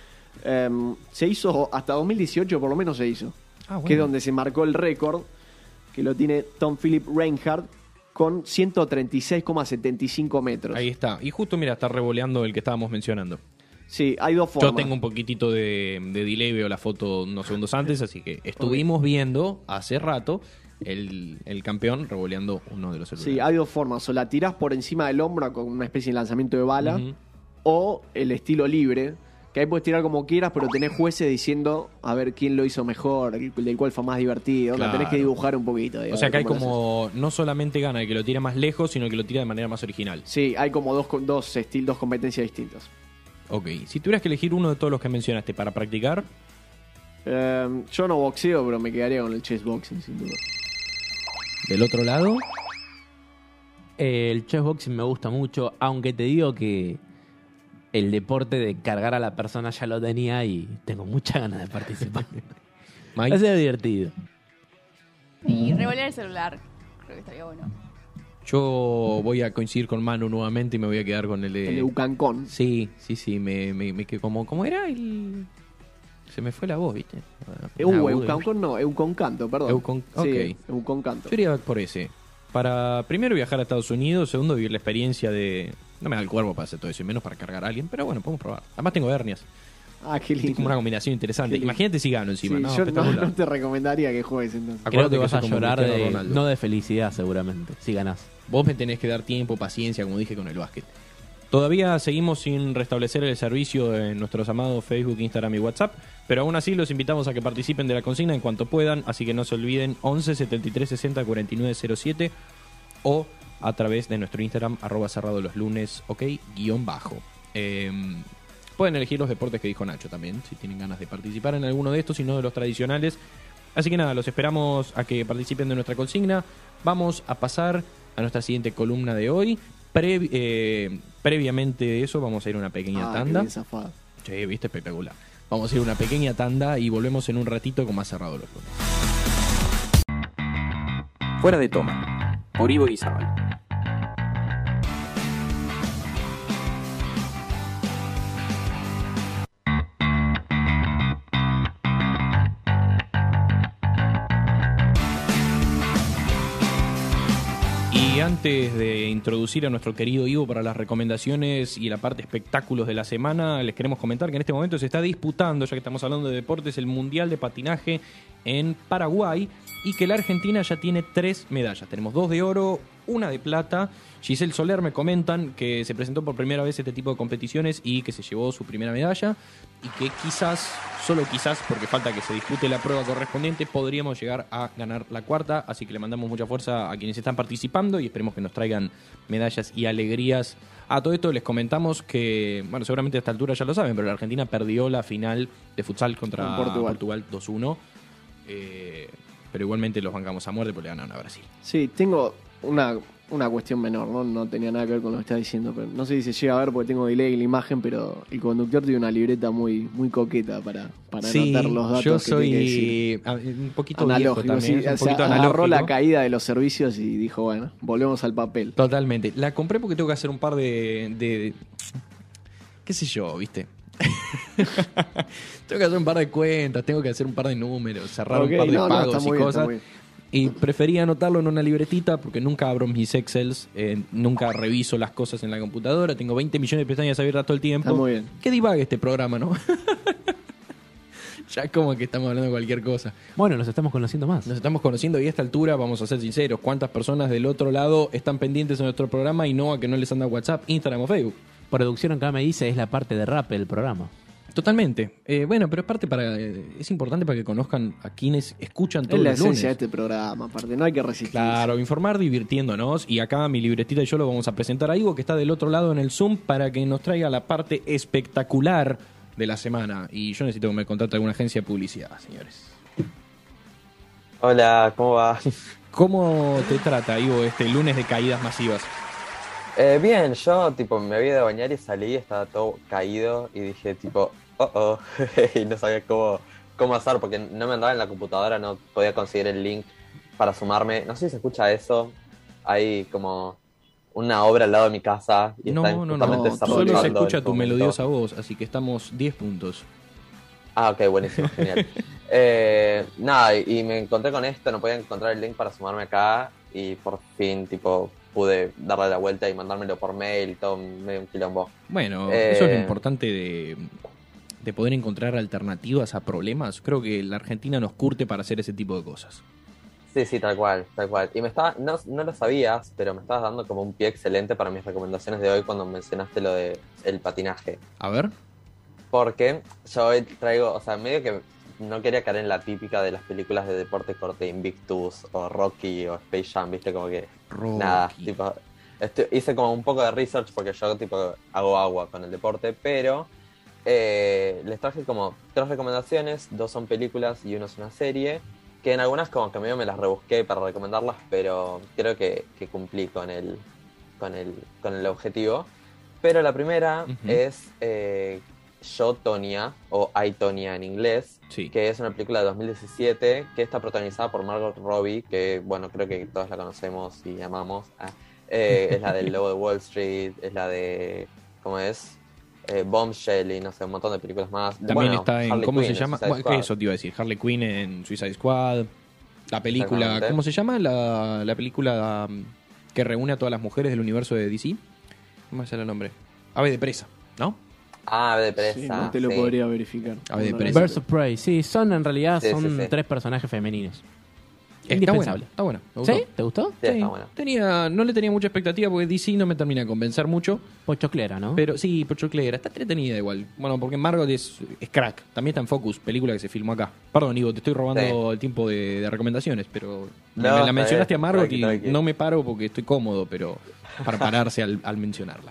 Se hizo hasta 2018, por lo menos se hizo. Ah, bueno. Que es donde se marcó el récord, que lo tiene Tom Philip Reinhardt con 136,75 metros. Ahí está. Y justo, mira, está revoleando el que estábamos mencionando. Sí, hay dos formas. Yo tengo un poquitito de delay, veo la foto unos segundos antes, así que estuvimos viendo hace rato el campeón revoleando uno de los celulares. Sí, hay dos formas. O la tirás por encima del hombro con una especie de lanzamiento de bala, Ujú. o el estilo libre, que ahí puedes tirar como quieras, pero tenés jueces diciendo a ver quién lo hizo mejor, del cual fue más divertido. Onda, Claro. tenés que dibujar un poquito. O sea que hay cómo lo haces. como, no solamente gana el que lo tira más lejos, sino el que lo tira de manera más original. Sí, hay como dos competencias distintas. Ok, si tuvieras que elegir uno de todos los que mencionaste para practicar, Yo no boxeo, pero me quedaría con el chess boxing, sin duda. del otro lado, El chessboxing me gusta mucho, aunque te digo que el deporte de cargar a la persona ya lo tenía y tengo muchas ganas de participar. Va a Mike, ser divertido. Y revolear el celular. Creo que estaría bueno. yo voy a coincidir con Manu nuevamente y me voy a quedar con el de... El de Ucancón. Sí, me quedé como... ¿Cómo era? Se me fue la voz, ¿viste? Eucancón no, Euconcanto, perdón. Sí, Ok. Euconcanto. Yo iría por ese. Para primero viajar a Estados Unidos, segundo vivir la experiencia de... No me da el cuerpo para hacer todo eso, y menos para cargar a alguien, pero bueno, podemos probar. Además tengo hernias. Ah, qué Es lindo. como una combinación interesante. Qué lindo. Imagínate si gano encima, Sí, ¿no? yo no, Espectacular. no te recomendaría que juegues entonces. Creo Acuérdate que vas sos a como llorar Cristiano de, Ronaldo. no de felicidad seguramente, si ganás. Vos me tenés que dar tiempo, paciencia, como dije con el básquet. Todavía seguimos sin restablecer el servicio en nuestros amados Facebook, Instagram y WhatsApp, pero aún así los invitamos a que participen de la consigna en cuanto puedan, así que no se olviden 11 73 60 49 07 o a través de nuestro Instagram @cerrado los lunes, ok, _. Pueden elegir los deportes que dijo Nacho también, si tienen ganas de participar en alguno de estos y no de los tradicionales. Así que nada, los esperamos a que participen de nuestra consigna. Vamos a pasar a nuestra siguiente columna de hoy. previamente de eso vamos a ir a una pequeña Qué tanda. bien zafado. Sí, viste, espectacular. Vamos a ir a una pequeña tanda y volvemos en un ratito con más Cerrado los Lunes. Fuera de toma, por Ivo Guizábal. Y antes de introducir a nuestro querido Ivo para las recomendaciones y la parte espectáculos de la semana, les queremos comentar que en este momento se está disputando, ya que estamos hablando de deportes, el Mundial de Patinaje en Paraguay y que la Argentina ya tiene 3 medallas. Tenemos 2 de oro, 1 de plata. Giselle Soler me comentan que se presentó por primera vez este tipo de competiciones y que se llevó su primera medalla y que quizás, solo quizás, porque falta que se dispute la prueba correspondiente, podríamos llegar a ganar la 4ª, así que le mandamos mucha fuerza a quienes están participando y esperemos que nos traigan medallas y alegrías. A todo esto les comentamos que, bueno, seguramente a esta altura ya lo saben, pero la Argentina perdió la final de futsal contra Portugal 2-1, pero igualmente los bancamos a muerte porque le ganaron a Brasil. Sí, tengo una cuestión menor, ¿no? No tenía nada que ver con lo que estás diciendo, pero no sé si se llega a ver porque tengo delay en la imagen, pero el conductor tiene una libreta muy coqueta para sí, anotar los datos. Yo que tiene que decir. un poquito Analógico, viejo también, sí, un poquito agarró analógico. la caída de los servicios y dijo, bueno, volvemos al papel. Totalmente. La compré porque tengo que hacer un par de qué sé yo, ¿viste? Tengo que hacer un par de cuentas, tengo que hacer un par de números, cerrar un par de pagos y cosas. Y prefería anotarlo en una libretita porque nunca abro mis Excels, nunca reviso las cosas en la computadora. Tengo 20 millones de pestañas abiertas todo el tiempo. Está muy bien. Qué divague este programa, ¿no? Ya es como que estamos hablando de cualquier cosa. Bueno, nos estamos conociendo más. Nos estamos conociendo y a esta altura, vamos a ser sinceros, ¿cuántas personas del otro lado están pendientes de nuestro programa y no a que no les anda WhatsApp, Instagram o Facebook? Producción acá me dice es la parte de rap del programa. Totalmente. Bueno, pero es parte es importante para que conozcan a quienes escuchan Es todos la los lunes. esencia de este programa, aparte, no hay que resistir. Claro, informar divirtiéndonos. Y acá mi libretita y yo lo vamos a presentar a Ivo, que está del otro lado en el Zoom, para que nos traiga la parte espectacular de la semana. Y yo necesito que me contrate alguna agencia de publicidad, señores. Hola, ¿cómo va? ¿Cómo te trata, Ivo, este lunes de caídas masivas? Bien, yo tipo me había ido a bañar y salí, estaba todo caído y dije tipo, y no sabía cómo hacer porque no me andaba en la computadora, no podía conseguir el link para sumarme. No sé si se escucha eso, hay como una obra al lado de mi casa y está justamente solo se desarrollando escucha en tu este melodiosa momento. voz, así que estamos 10 puntos. Ah, ok, buenísimo, genial. Nada, y me encontré con esto, no podía encontrar el link para sumarme acá y por fin tipo pude darle la vuelta y mandármelo por mail, todo medio un quilombo. Bueno, eso es lo importante de poder encontrar alternativas a problemas. Creo que la Argentina nos curte para hacer ese tipo de cosas. Sí, tal cual. Y no lo sabías, pero me estabas dando como un pie excelente para mis recomendaciones de hoy cuando mencionaste lo de el patinaje. A ver. Porque yo hoy traigo, o sea, medio que no quería caer en la típica de las películas de deporte corte, Invictus o Rocky o Space Jam, viste, como que Rocky. nada, tipo, hice como un poco de research porque yo tipo hago agua con el deporte, pero les traje como 3 recomendaciones, 2 son películas y 1 es una serie, que en algunas como que medio me las rebusqué para recomendarlas, pero creo que cumplí con el objetivo. Pero la primera es Yo, Tonya, o I, Tonya en inglés, sí, que es una película de 2017 que está protagonizada por Margot Robbie, que bueno, creo que todos la conocemos y amamos. Es la del Lobo de Wall Street, es la de, ¿cómo es? Bombshell y no sé, un montón de películas más. También bueno, está en, Harley ¿cómo Quinn se llama? Suicide ¿Qué Squad. eso te iba a decir? Harley Quinn en Suicide Squad. La película, Exactamente. ¿cómo se llama? La película que reúne a todas las mujeres del universo de DC. ¿Cómo es el nombre? Ave de presa, ¿no? Ah, de presa. Sí, no te lo sí. podría verificar. A ver, No, pero no, Birds of Prey, sí, en realidad Sí, son sí. 3 personajes femeninos. Está Indispensable. buena. Me gustó. ¿Sí? ¿Te gustó? Sí, está bueno. No le tenía mucha expectativa porque DC no me termina de convencer mucho. Pochoclera, ¿no? Pero sí, Pochoclera, está entretenida igual. Bueno, porque Margot es crack. También está en Focus, película que se filmó acá. Perdón, Ivo, te estoy robando Sí. el tiempo de recomendaciones, pero No, la está mencionaste bien, a Margot tranqui. y no me paro porque estoy cómodo, pero para pararse al mencionarla.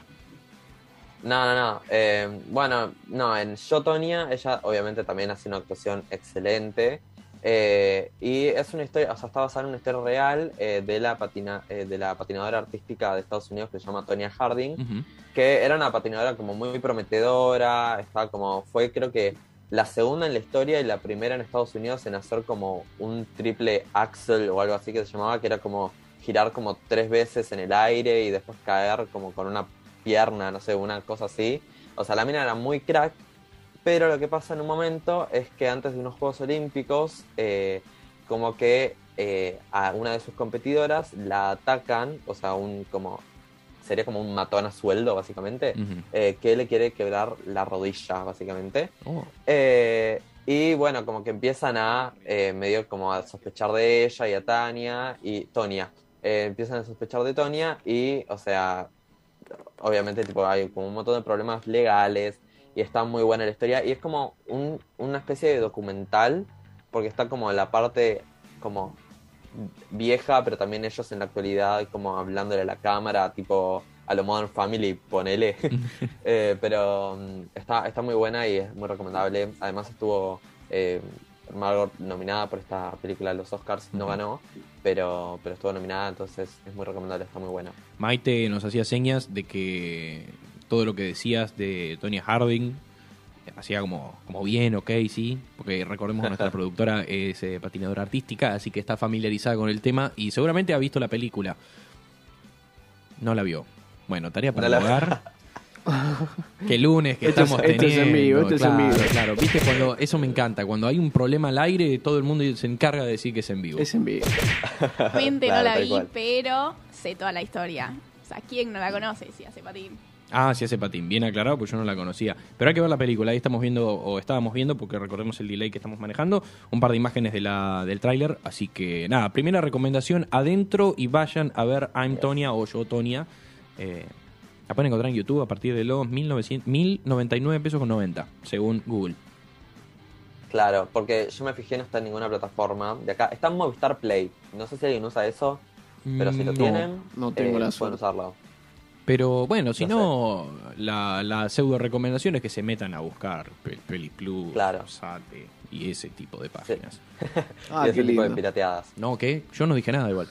No. Bueno, no, en Yo, Tonya, ella obviamente también hace una actuación excelente. Y es una historia, o sea, está basada en una historia real de la patinadora artística de Estados Unidos que se llama Tonya Harding, Ujú. que era una patinadora como muy prometedora, fue creo que la segunda en la historia y la primera en Estados Unidos en hacer como un triple axel o algo así que se llamaba, que era como girar como 3 veces en el aire y después caer como con una pierna, no sé, una cosa así. O sea, la mina era muy crack, pero lo que pasa en un momento es que antes de unos Juegos Olímpicos, como que a una de sus competidoras la atacan, o sea, sería como un matón a sueldo, básicamente, Ujú. que le quiere quebrar la rodilla, básicamente. Oh. Y bueno, como que empiezan a medio como a sospechar de ella y a Tania y Tonya. Empiezan a sospechar de Tonya y, o sea, obviamente tipo hay como un montón de problemas legales y está muy buena la historia y es como una especie de documental porque está como la parte como vieja, pero también ellos en la actualidad como hablándole a la cámara, tipo a lo Modern Family, ponele. Pero está muy buena y es muy recomendable. Además estuvo Margot nominada por esta película de los Oscars, no ganó, pero estuvo nominada, entonces es muy recomendable, está muy buena. Maite nos hacía señas de que todo lo que decías de Tonya Harding hacía como bien, ok, sí, porque recordemos que nuestra productora es patinadora artística, así que está familiarizada con el tema y seguramente ha visto la película. No la vio. Bueno, tarea para el hogar. Que lunes que Esto estamos es teniendo. en vivo, esto es en claro, vivo. claro, viste, cuando eso me encanta, cuando hay un problema al aire, todo el mundo se encarga de decir que es en vivo. Es en vivo. Realmente Claro, no la tal vi, cual. pero sé toda la historia. O sea, ¿quién no la conoce si hace patín? Ah, sí hace patín, bien aclarado, pues yo no la conocía. Pero hay que ver la película, ahí estamos viendo, o estábamos viendo, porque recordemos el delay que estamos manejando, un par de imágenes del tráiler, así que nada, primera recomendación, adentro y vayan a ver I'm Tonya o Yo Tonya. La pueden encontrar en YouTube a partir de los 1099 pesos con 90, según Google. Claro, porque yo me fijé, no está en ninguna plataforma de acá. Está en Movistar Play. No sé si alguien usa eso, pero si lo No, tienen, no tengo la pueden suerte. usarlo. Pero bueno, si No no, la pseudo recomendación es que se metan a buscar Peliplus, Claro. Sate y ese tipo de páginas. Ah, y qué ese tipo de lindo. pirateadas. No, ¿qué? Yo no dije nada igual.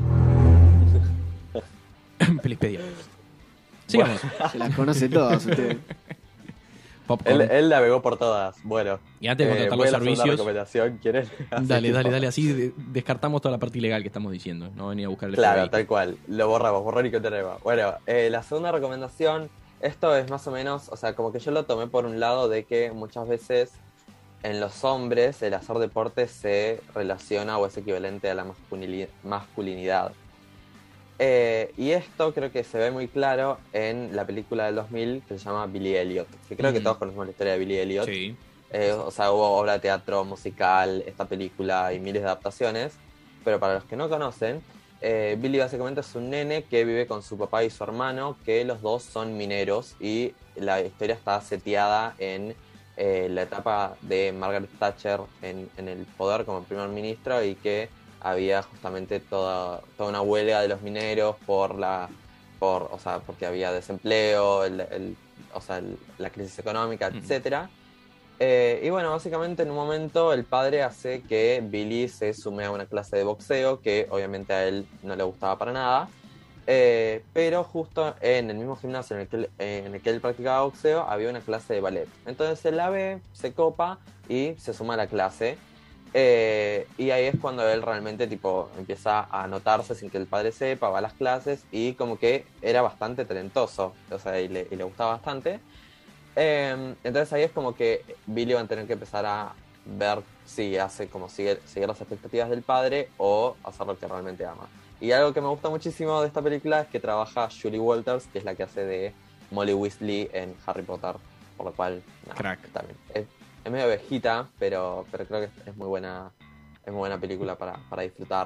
Pelispedia. Sigamos. Se las conoce todas usted. Popcorn. Él navegó por todas. Bueno. Y antes de contratar voy los a la segunda servicios, recomendación, ¿quieren? dale, así descartamos toda la parte ilegal que estamos diciendo. No venir a buscar el Claro, FBI. tal cual. Lo borramos, borrar y que nueva. Bueno, la segunda recomendación, esto es más o menos, o sea, como que yo lo tomé por un lado de que muchas veces en los hombres el hacer deporte se relaciona o es equivalente a la masculinidad. Y esto creo que se ve muy claro en la película del 2000 que se llama Billy Elliot, que creo que todos conocemos la historia de Billy Elliot. Sí. O sea, hubo obra de teatro, musical, esta película y miles de adaptaciones. Pero para los que no conocen, Billy básicamente es un nene que vive con su papá y su hermano, que los dos son mineros. Y la historia está seteada en la etapa de Margaret Thatcher en el poder como primer ministro y que había justamente toda una huelga de los mineros porque había desempleo, la crisis económica, etcétera. Y bueno, básicamente en un momento el padre hace que Billy se sume a una clase de boxeo que obviamente a él no le gustaba para nada, pero justo en el mismo gimnasio en el que él practicaba boxeo había una clase de ballet. Entonces él la ve, se copa y se suma a la clase. Y ahí es cuando él realmente tipo empieza a anotarse sin que el padre sepa, va a las clases y como que era bastante talentoso, o sea, y le gustaba bastante. Entonces ahí es como que Billy va a tener que empezar a ver si hace como seguir las expectativas del padre o hacer lo que realmente ama. Y algo que me gusta muchísimo de esta película es que trabaja Julie Walters, que es la que hace de Molly Weasley en Harry Potter, por lo cual Crack. también es medio ovejita, pero creo que es muy buena película para disfrutar.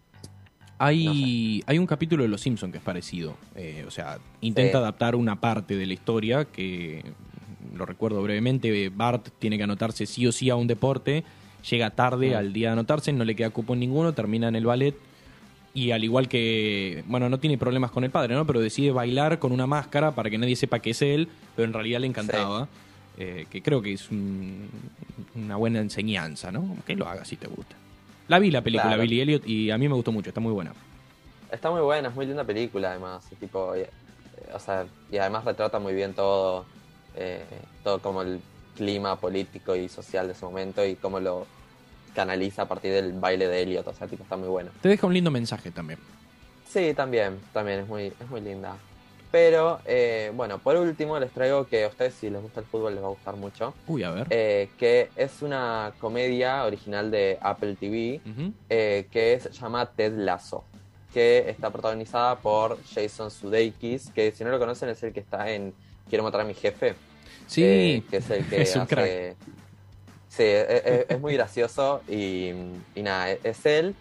Hay un capítulo de Los Simpsons que es parecido. O sea, intenta Sí. adaptar una parte de la historia que, lo recuerdo brevemente, Bart tiene que anotarse sí o sí a un deporte, llega tarde al día de anotarse, no le queda cupo en ninguno, termina en el ballet y al igual que, bueno, no tiene problemas con el padre, ¿no? Pero decide bailar con una máscara para que nadie sepa que es él, pero en realidad le encantaba. que creo que es una buena enseñanza, ¿no? Que lo hagas si te gusta. La vi la película, Claro. Billy Elliot, y a mí me gustó mucho, está muy buena. Está muy buena, es muy linda película además. Y, tipo, o sea, y además retrata muy bien todo como el clima político y social de ese momento y cómo lo canaliza a partir del baile de Elliot. O sea, tipo, está muy bueno. Te deja un lindo mensaje también. Sí, también es muy linda. Pero, bueno, por último les traigo que a ustedes, si les gusta el fútbol, les va a gustar mucho. Uy, a ver. Que es una comedia original de Apple TV, Ujú. que se llama Ted Lasso, que está protagonizada por Jason Sudeikis, que si no lo conocen es el que está en Quiero matar a mi jefe. Sí, Que es el que es un hace... crack. Sí, es muy gracioso y nada, es él.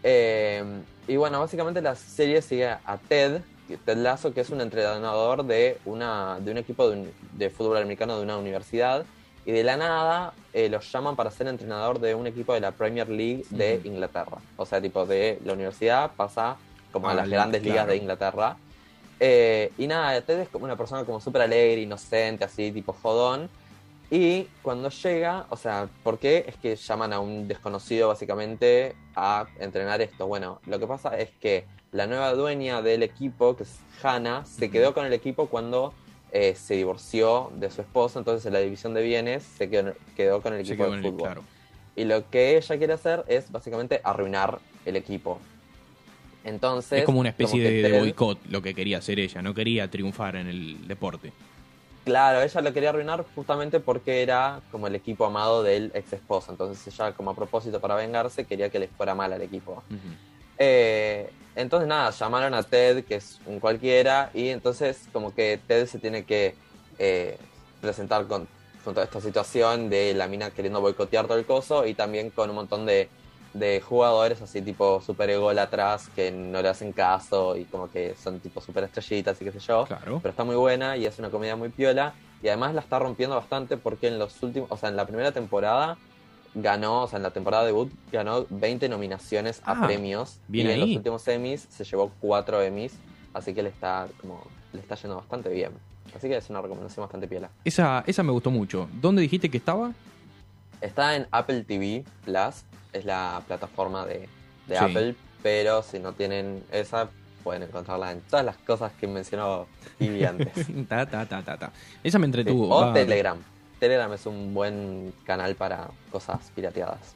Y bueno, básicamente la serie sigue a Ted Lasso, que es un entrenador de un equipo de fútbol americano de una universidad, y de la nada los llaman para ser entrenador de un equipo de la Premier League de Inglaterra. O sea, tipo de la universidad pasa como a las grandes ligas de Inglaterra. Y nada, Ted es como una persona como súper alegre, inocente, así, tipo jodón. Y cuando llega, o sea, ¿por qué es que llaman a un desconocido básicamente a entrenar esto? Bueno, lo que pasa es que la nueva dueña del equipo, que es Hannah, se quedó con el equipo cuando se divorció de su esposo, entonces en la división de bienes se quedó con el Se equipo quedó de en el- fútbol. claro. Y lo que ella quiere hacer es básicamente arruinar el equipo. Entonces, Es como una especie que de Ted- boicot lo que quería hacer ella, no quería triunfar en el deporte. Claro, ella lo quería arruinar justamente porque era como el equipo amado del ex esposo. Entonces ella, como a propósito para vengarse, quería que le fuera mal al equipo. Ujú. Entonces nada, llamaron a Ted, que es un cualquiera, y entonces como que Ted se tiene que presentar con toda esta situación de la mina queriendo boicotear todo el coso, y también con un montón de jugadores así tipo super ególatras que no le hacen caso y como que son tipo super estrellitas y qué sé yo. Claro. Pero está muy buena y es una comedia muy piola, y además la está rompiendo bastante porque en los últimos, o sea, en la primera temporada ganó, o sea, en la temporada debut ganó 20 nominaciones a premios, bien y en ahí. los últimos Emmys se llevó 4 Emmys, así que le está yendo bastante bien. Así que es una recomendación bastante piola. Esa me gustó mucho. ¿Dónde dijiste que estaba? Está en Apple TV Plus, es la plataforma de Sí. Apple, pero si no tienen esa, pueden encontrarla en todas las cosas que mencionó Ivy antes. Ta. Esa me Sí. entretuvo. O va. Telegram. Telegram es un buen canal para cosas pirateadas.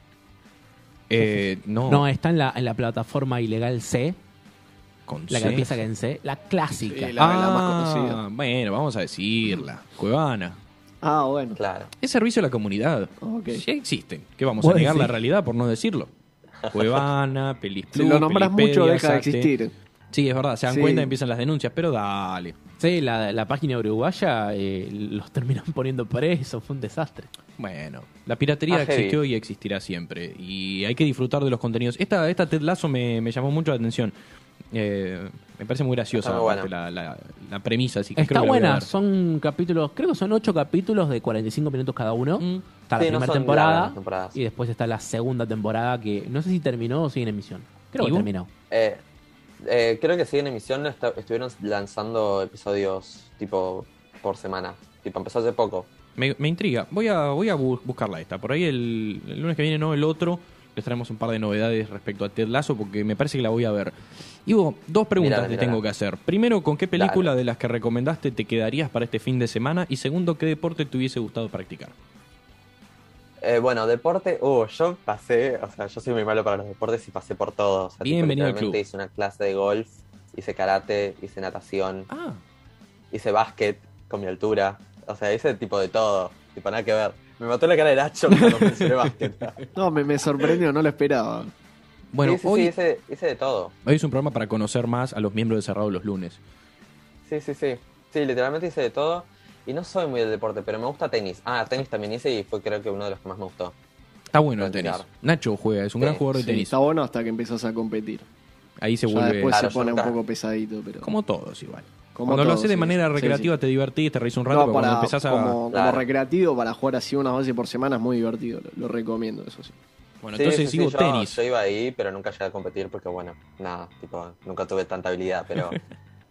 No, No, está en la plataforma ilegal C, con la que C. empieza en C, la clásica. Sí, la más conocida. Bueno, vamos a decirla. Cuevana. Ah, bueno. Claro. Es servicio a la comunidad. Ok. Ya existen. ¿Qué vamos Vos a negar la decís. realidad por no decirlo? Cuevana, Pelis Si Plus, lo nombras mucho, Pelipedia, deja de Sate. existir. Sí, es verdad. Se dan Sí. cuenta y empiezan las denuncias, pero dale. Sí, la página uruguaya los terminan poniendo presos, fue un desastre. Bueno, la piratería Heavy. existió y existirá siempre. Y hay que disfrutar de los contenidos. Esta Ted Lasso me llamó mucho la atención. Me parece muy graciosa Está muy aparte, la premisa. Así que Está creo que la voy a buena, ver. son capítulos, creo que son 8 capítulos de 45 minutos cada uno. Está la Sí, no primera son temporada largas las temporadas. y después está la segunda temporada que no sé si terminó o sigue en emisión. Creo ¿Y que vos? terminó. Creo que sigue en emisión, estuvieron lanzando episodios tipo por semana. Tipo, empezó hace poco. Me intriga. Voy a buscarla esta. Por ahí el lunes que viene, no el otro, les traemos un par de novedades respecto a Ted Lasso porque me parece que la voy a ver. Ivo, dos preguntas Mírala, te mírala. tengo que hacer. Primero, ¿con qué película Dale. de las que recomendaste te quedarías para este fin de semana? Y segundo, ¿qué deporte te hubiese gustado practicar? Bueno, deporte, yo pasé, o sea, yo soy muy malo para los deportes y pasé por todo. O sea, tipo, Bienvenido al literalmente club. hice una clase de golf, hice karate, hice natación, Ah, hice básquet con mi altura. O sea, hice tipo de todo, tipo nada que ver. Me mató la cara de Nacho cuando mencioné básquet. No, me sorprendió, no lo esperaba. bueno, sí, hoy, hice de todo. hoy es un programa para conocer más a los miembros de Cerrado los lunes. Sí. Sí, literalmente hice de todo. Y no soy muy del deporte, pero me gusta tenis. Tenis también hice y fue creo que uno de los que más me gustó. Está bueno el tenis. Practicar. Nacho juega, es un Sí, gran jugador de Sí, tenis. está bueno hasta que empezás a competir. Ahí se Ya vuelve después Claro, se pone yo un nunca- poco pesadito, pero... como todos igual. como Cuando lo todo, haces de sí, manera sí, recreativa sí. te divertís, te reís un rato, No, pero cuando para, empezás a... como Claro. recreativo, para jugar así unas veces por semana es muy divertido. Lo recomiendo, eso sí. Bueno, Sí, entonces sí, sigo yo, tenis. Yo iba ahí, pero nunca llegué a competir porque, bueno, nada, tipo, nunca tuve tanta habilidad, pero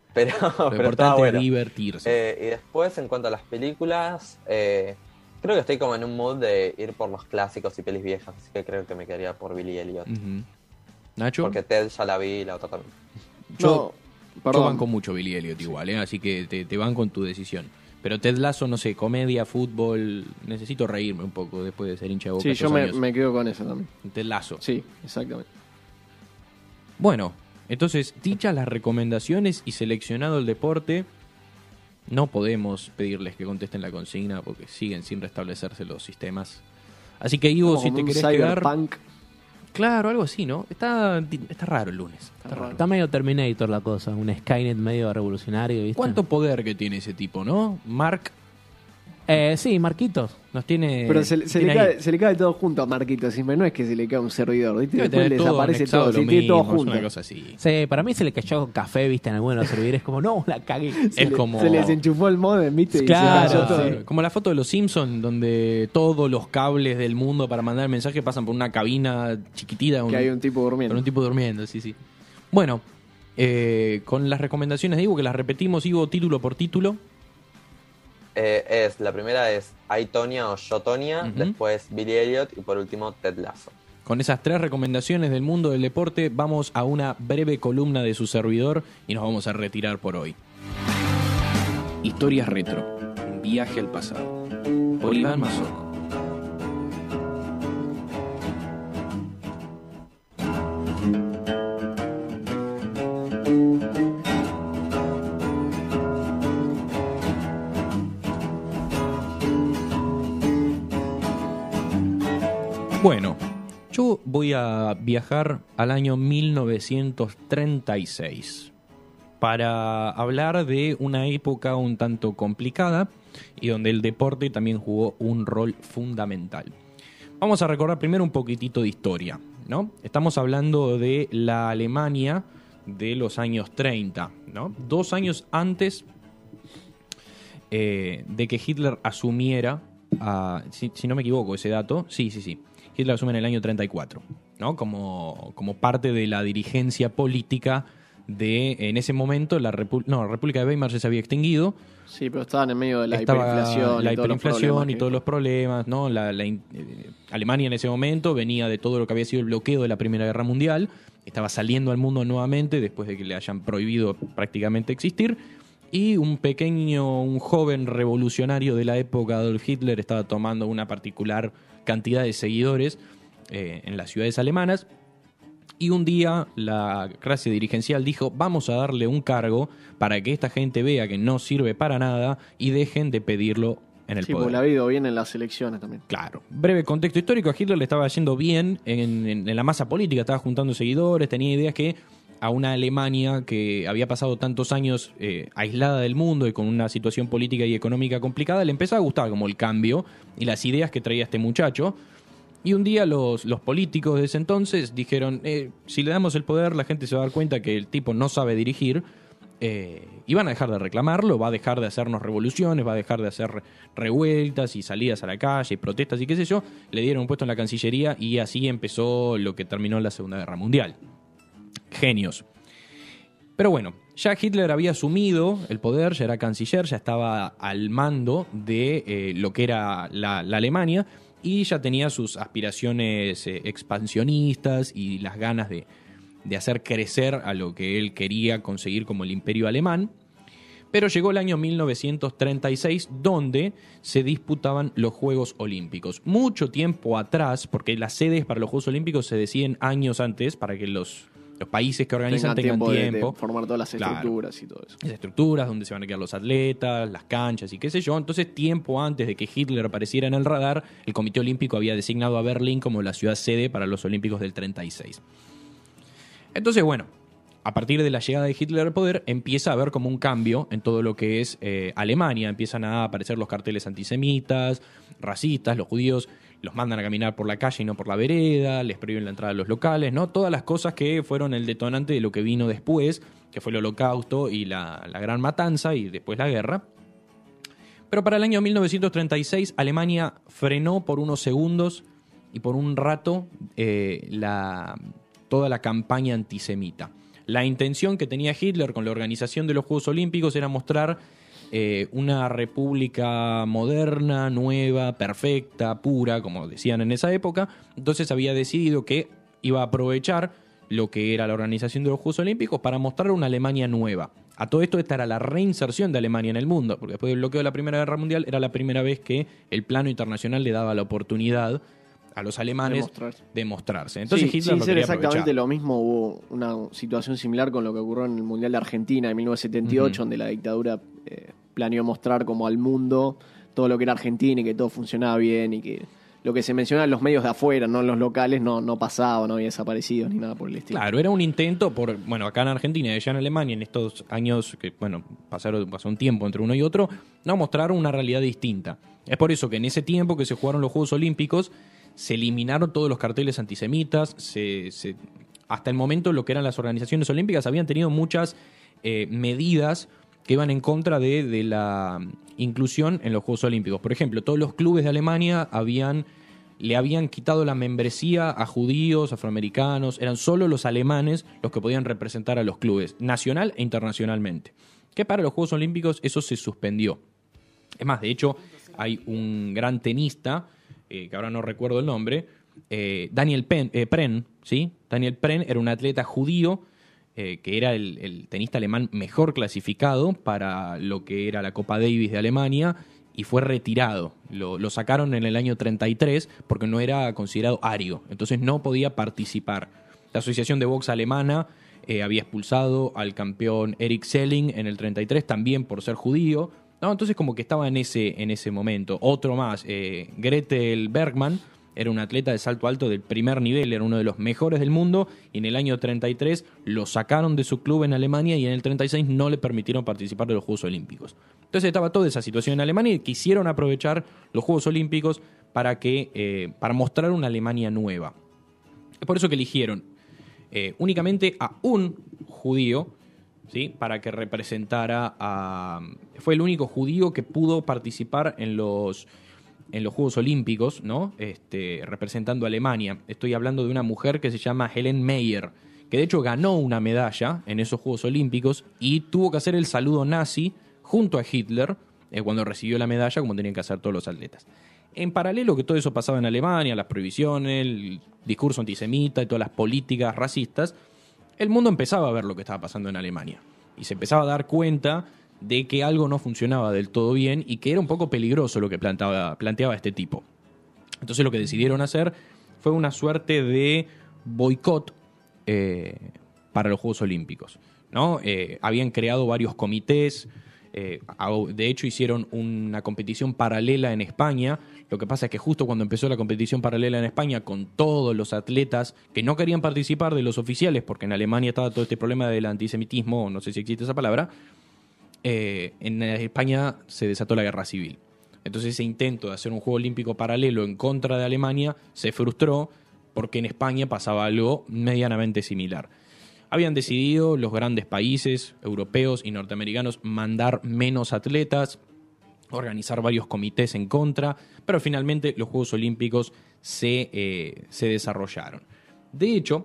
pero Lo estaba importante bueno. es divertirse. Y después, en cuanto a las películas, creo que estoy como en un mood de ir por los clásicos y pelis viejas, así que creo que me quedaría por Billy Elliot. Ujú. ¿Nacho? Porque Ted ya la vi y la otra también. Yo perdón. banco mucho Billy Elliot igual, así que te banco en tu decisión. Pero Ted Lasso, no sé, comedia, fútbol, necesito reírme un poco después de ser hincha de Boca Sí, estos yo años. me quedo con eso también. Ted Lasso. Sí, exactamente. Bueno, entonces, dichas las recomendaciones y seleccionado el deporte, no podemos pedirles que contesten la consigna porque siguen sin restablecerse los sistemas. Así que, Ivo, Como si te un querés quedar... cyberpunk. Claro, algo así, ¿no? Está raro el lunes. Está raro. Está medio Terminator la cosa, un Skynet medio revolucionario, ¿viste? ¿Cuánto poder que tiene ese tipo, no? Mark Sí, Marquitos. nos tiene... Pero se tiene le ahí. cae, se le cae todo junto a Marquito. Si no es que se le cae un servidor, ¿viste? Debe Después tener todo desaparece anexado todo. lo Se tiene todo mismo, es junto. una cosa así. Sí, para mí se le cayó café, ¿viste? En alguno de los servidores. Como, no, la cagué. Es como... Se le desenchufó el modem, ¿viste? Claro, Y se cayó todo. sí. Como la foto de los Simpsons, donde todos los cables del mundo para mandar el mensaje pasan por una cabina chiquitita. Que hay un tipo durmiendo. Con un tipo durmiendo, sí, sí. Bueno, con las recomendaciones de Ivo, que las repetimos, Ivo, título por título. La primera es I, Tonya o Yo, Tonya, Ujú. después Billy Elliot y por último Ted Lasso. Con esas 3 recomendaciones del mundo del deporte, vamos a una breve columna de su servidor y nos vamos a retirar por hoy. Historias retro, un viaje al pasado. Por Iván Mazoco. Bueno, yo voy a viajar al año 1936 para hablar de una época un tanto complicada y donde el deporte también jugó un rol fundamental. Vamos a recordar primero un poquitito de historia, ¿no? Estamos hablando de la Alemania de los años 30, ¿no? 2 años antes de que Hitler asumiera, si no me equivoco ese dato, sí. Hitler asume en el año 34, ¿no? Como parte de la dirigencia política de, en ese momento, la República de Weimar ya se había extinguido. Sí, pero estaban en medio de la Estaba hiperinflación. la y todos los hiperinflación problemas y que- todos los problemas, ¿no? Alemania en ese momento venía de todo lo que había sido el bloqueo de la Primera Guerra Mundial, estaba saliendo al mundo nuevamente después de que le hayan prohibido prácticamente existir, y un joven revolucionario de la época, Adolf Hitler, estaba tomando una particular cantidad de seguidores en las ciudades alemanas. Y un día la clase dirigencial dijo, vamos a darle un cargo para que esta gente vea que no sirve para nada y dejen de pedirlo en el Sí, poder. porque le ha ido bien en las elecciones también. Claro. Breve contexto histórico, a Hitler le estaba yendo bien en la masa política, estaba juntando seguidores, tenía ideas que a una Alemania que había pasado tantos años aislada del mundo y con una situación política y económica complicada, le empezaba a gustar como el cambio y las ideas que traía este muchacho. Y un día los políticos de ese entonces dijeron, si le damos el poder, la gente se va a dar cuenta que el tipo no sabe dirigir, y van a dejar de reclamarlo, va a dejar de hacernos revoluciones, va a dejar de hacer revueltas y salidas a la calle y protestas y qué sé yo. Le dieron un puesto en la Cancillería y así empezó lo que terminó la Segunda Guerra Mundial. Genios. Pero bueno, ya Hitler había asumido el poder, ya era canciller, ya estaba al mando de lo que era la Alemania y ya tenía sus aspiraciones expansionistas y las ganas de hacer crecer a lo que él quería conseguir como el imperio alemán. Pero llegó el año 1936 donde se disputaban los Juegos Olímpicos. Mucho tiempo atrás, porque las sedes para los Juegos Olímpicos se deciden años antes para que los países que organizan tengan tiempo. De formar todas las Claro. estructuras y todo eso. Las estructuras, donde se van a quedar los atletas, las canchas y qué sé yo. Entonces, tiempo antes de que Hitler apareciera en el radar, el Comité Olímpico había designado a Berlín como la ciudad sede para los Olímpicos del 36. Entonces, bueno, a partir de la llegada de Hitler al poder, empieza a haber como un cambio en todo lo que es Alemania. Empiezan a aparecer los carteles antisemitas, racistas, los judíos los mandan a caminar por la calle y no por la vereda, les prohíben la entrada a los locales, ¿no? Todas las cosas que fueron el detonante de lo que vino después, que fue el Holocausto y la Gran Matanza y después la guerra. Pero para el año 1936, Alemania frenó por unos segundos y por un rato toda la campaña antisemita. La intención que tenía Hitler con la organización de los Juegos Olímpicos era mostrar una república moderna, nueva, perfecta, pura, como decían en esa época. Entonces había decidido que iba a aprovechar lo que era la organización de los Juegos Olímpicos para mostrar una Alemania nueva. A todo esto, esta era la reinserción de Alemania en el mundo, porque después del bloqueo de la Primera Guerra Mundial era la primera vez que el plano internacional le daba la oportunidad a los alemanes de mostrarse. Entonces Hitler sin lo ser quería exactamente aprovechar. lo mismo, hubo una situación similar con lo que ocurrió en el Mundial de Argentina en 1978, donde la dictadura planeó mostrar como al mundo todo lo que era Argentina y que todo funcionaba bien y que lo que se mencionaba en los medios de afuera, no en los locales, no pasaba, no había desaparecido ni nada por el estilo. Claro, era un intento acá en Argentina y allá en Alemania, en estos años que, pasó un tiempo entre uno y otro, no mostraron una realidad distinta. Es por eso que en ese tiempo que se jugaron los Juegos Olímpicos, se eliminaron todos los carteles antisemitas, hasta el momento lo que eran las organizaciones olímpicas habían tenido muchas medidas que iban en contra de la inclusión en los Juegos Olímpicos. Por ejemplo, todos los clubes de Alemania le habían quitado la membresía a judíos, afroamericanos, eran solo los alemanes los que podían representar a los clubes, nacional e internacionalmente. Que para los Juegos Olímpicos eso se suspendió. Es más, de hecho, hay un gran tenista, que ahora no recuerdo el nombre, Daniel Pren, ¿sí? Daniel Pren era un atleta judío, que era el tenista alemán mejor clasificado para lo que era la Copa Davis de Alemania, y fue retirado. Lo sacaron en el año 33 porque no era considerado ario, entonces no podía participar. La Asociación de Box Alemana había expulsado al campeón Eric Selling en el 33 también por ser judío. No, entonces como que estaba en ese momento. Otro más, Gretel Bergmann, era un atleta de salto alto del primer nivel, era uno de los mejores del mundo, y en el año 33 lo sacaron de su club en Alemania y en el 36 no le permitieron participar de los Juegos Olímpicos. Entonces estaba toda esa situación en Alemania y quisieron aprovechar los Juegos Olímpicos para mostrar una Alemania nueva. Es por eso que eligieron únicamente a un judío, ¿sí? Para que representara a... Fue el único judío que pudo participar en los Juegos Olímpicos, ¿no? Representando a Alemania. Estoy hablando de una mujer que se llama Helen Meyer, que de hecho ganó una medalla en esos Juegos Olímpicos y tuvo que hacer el saludo nazi junto a Hitler cuando recibió la medalla, como tenían que hacer todos los atletas. En paralelo que todo eso pasaba en Alemania, las prohibiciones, el discurso antisemita y todas las políticas racistas, el mundo empezaba a ver lo que estaba pasando en Alemania y se empezaba a dar cuenta de que algo no funcionaba del todo bien y que era un poco peligroso lo que planteaba este tipo. Entonces lo que decidieron hacer fue una suerte de boicot para los Juegos Olímpicos, ¿no? Habían creado varios comités, de hecho hicieron una competición paralela en España. Lo que pasa es que justo cuando empezó la competición paralela en España, con todos los atletas que no querían participar de los oficiales, porque en Alemania estaba todo este problema del antisemitismo, no sé si existe esa palabra, en España se desató la guerra civil. Entonces ese intento de hacer un juego olímpico paralelo en contra de Alemania se frustró porque en España pasaba algo medianamente similar. Habían decidido los grandes países europeos y norteamericanos mandar menos atletas, organizar varios comités en contra, pero finalmente los Juegos Olímpicos se desarrollaron. De hecho,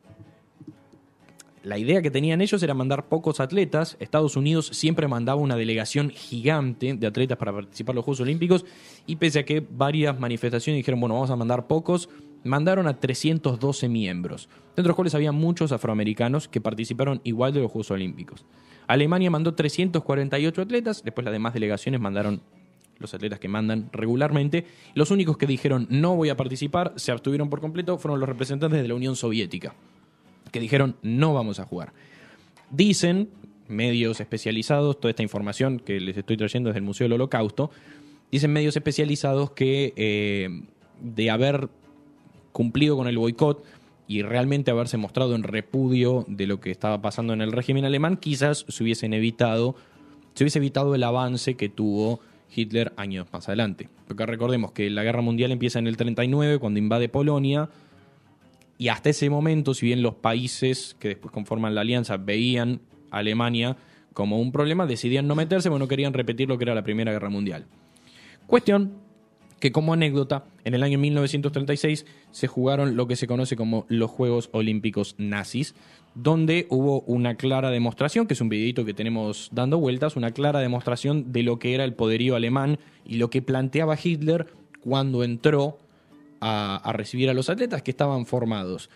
la idea que tenían ellos era mandar pocos atletas. Estados Unidos siempre mandaba una delegación gigante de atletas para participar en los Juegos Olímpicos y pese a que varias manifestaciones dijeron, bueno, vamos a mandar pocos, mandaron a 312 miembros, dentro de los cuales había muchos afroamericanos que participaron igual de los Juegos Olímpicos. Alemania mandó 348 atletas, después las demás delegaciones mandaron los atletas que mandan regularmente. Los únicos que dijeron no voy a participar, se abstuvieron por completo, fueron los representantes de la Unión Soviética, que dijeron no vamos a jugar. Dicen medios especializados, toda esta información que les estoy trayendo desde el Museo del Holocausto, dicen medios especializados que de haber cumplido con el boicot y realmente haberse mostrado en repudio de lo que estaba pasando en el régimen alemán, quizás se hubiese evitado el avance que tuvo Hitler años más adelante. Porque recordemos que la Guerra Mundial empieza en el 39, cuando invade Polonia, y hasta ese momento, si bien los países que después conforman la alianza veían a Alemania como un problema, decidían no meterse porque no querían repetir lo que era la Primera Guerra Mundial. Cuestión que como anécdota, en el año 1936 se jugaron lo que se conoce como los Juegos Olímpicos Nazis, donde hubo una clara demostración, que es un videito que tenemos dando vueltas, una clara demostración de lo que era el poderío alemán y lo que planteaba Hitler cuando entró a recibir a los atletas que estaban formados,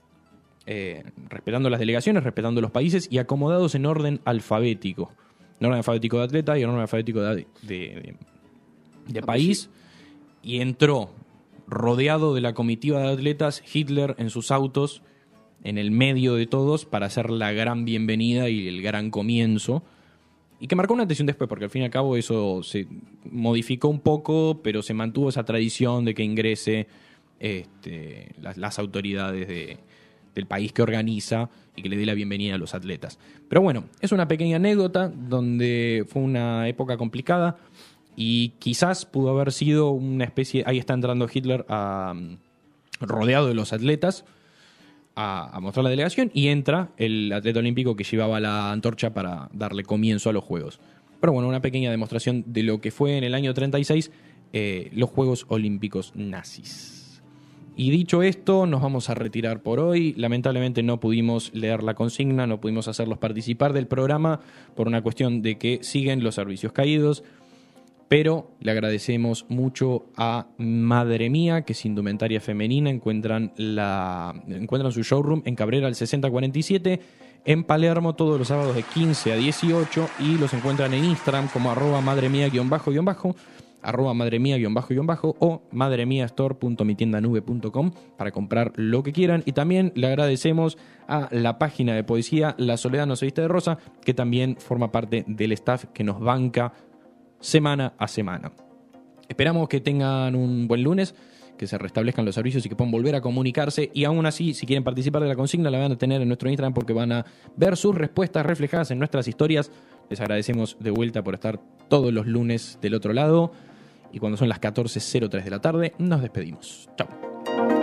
respetando las delegaciones, respetando los países y acomodados en orden alfabético. En orden alfabético de atleta y en orden alfabético de país. Y entró rodeado de la comitiva de atletas, Hitler en sus autos, en el medio de todos, para hacer la gran bienvenida y el gran comienzo. Y que marcó una atención después, porque al fin y al cabo eso se modificó un poco, pero se mantuvo esa tradición de que ingrese las autoridades del país que organiza y que le dé la bienvenida a los atletas. Pero bueno, es una pequeña anécdota donde fue una época complicada y quizás pudo haber sido una especie... Ahí está entrando Hitler rodeado de los atletas a mostrar la delegación y entra el atleta olímpico que llevaba la antorcha para darle comienzo a los Juegos. Pero bueno, una pequeña demostración de lo que fue en el año 36 los Juegos Olímpicos Nazis. Y dicho esto, nos vamos a retirar por hoy. Lamentablemente no pudimos leer la consigna, no pudimos hacerlos participar del programa por una cuestión de que siguen los servicios caídos. Pero le agradecemos mucho a Madre Mía, que es indumentaria femenina. Encuentran su showroom en Cabrera al 6047, en Palermo todos los sábados de 15 a 18 y los encuentran en Instagram como @madremia__ @madremia__ o madremiastore.mitiendanube.com para comprar lo que quieran. Y también le agradecemos a la página de poesía La Soledad no se viste de rosa, que también forma parte del staff que nos banca semana a semana. Esperamos que tengan un buen lunes, que se restablezcan los servicios y que puedan volver a comunicarse. Y aún así, si quieren participar de la consigna, la van a tener en nuestro Instagram porque van a ver sus respuestas reflejadas en nuestras historias. Les agradecemos de vuelta por estar todos los lunes del otro lado. Y cuando son las 14:03 de la tarde, nos despedimos. Chao.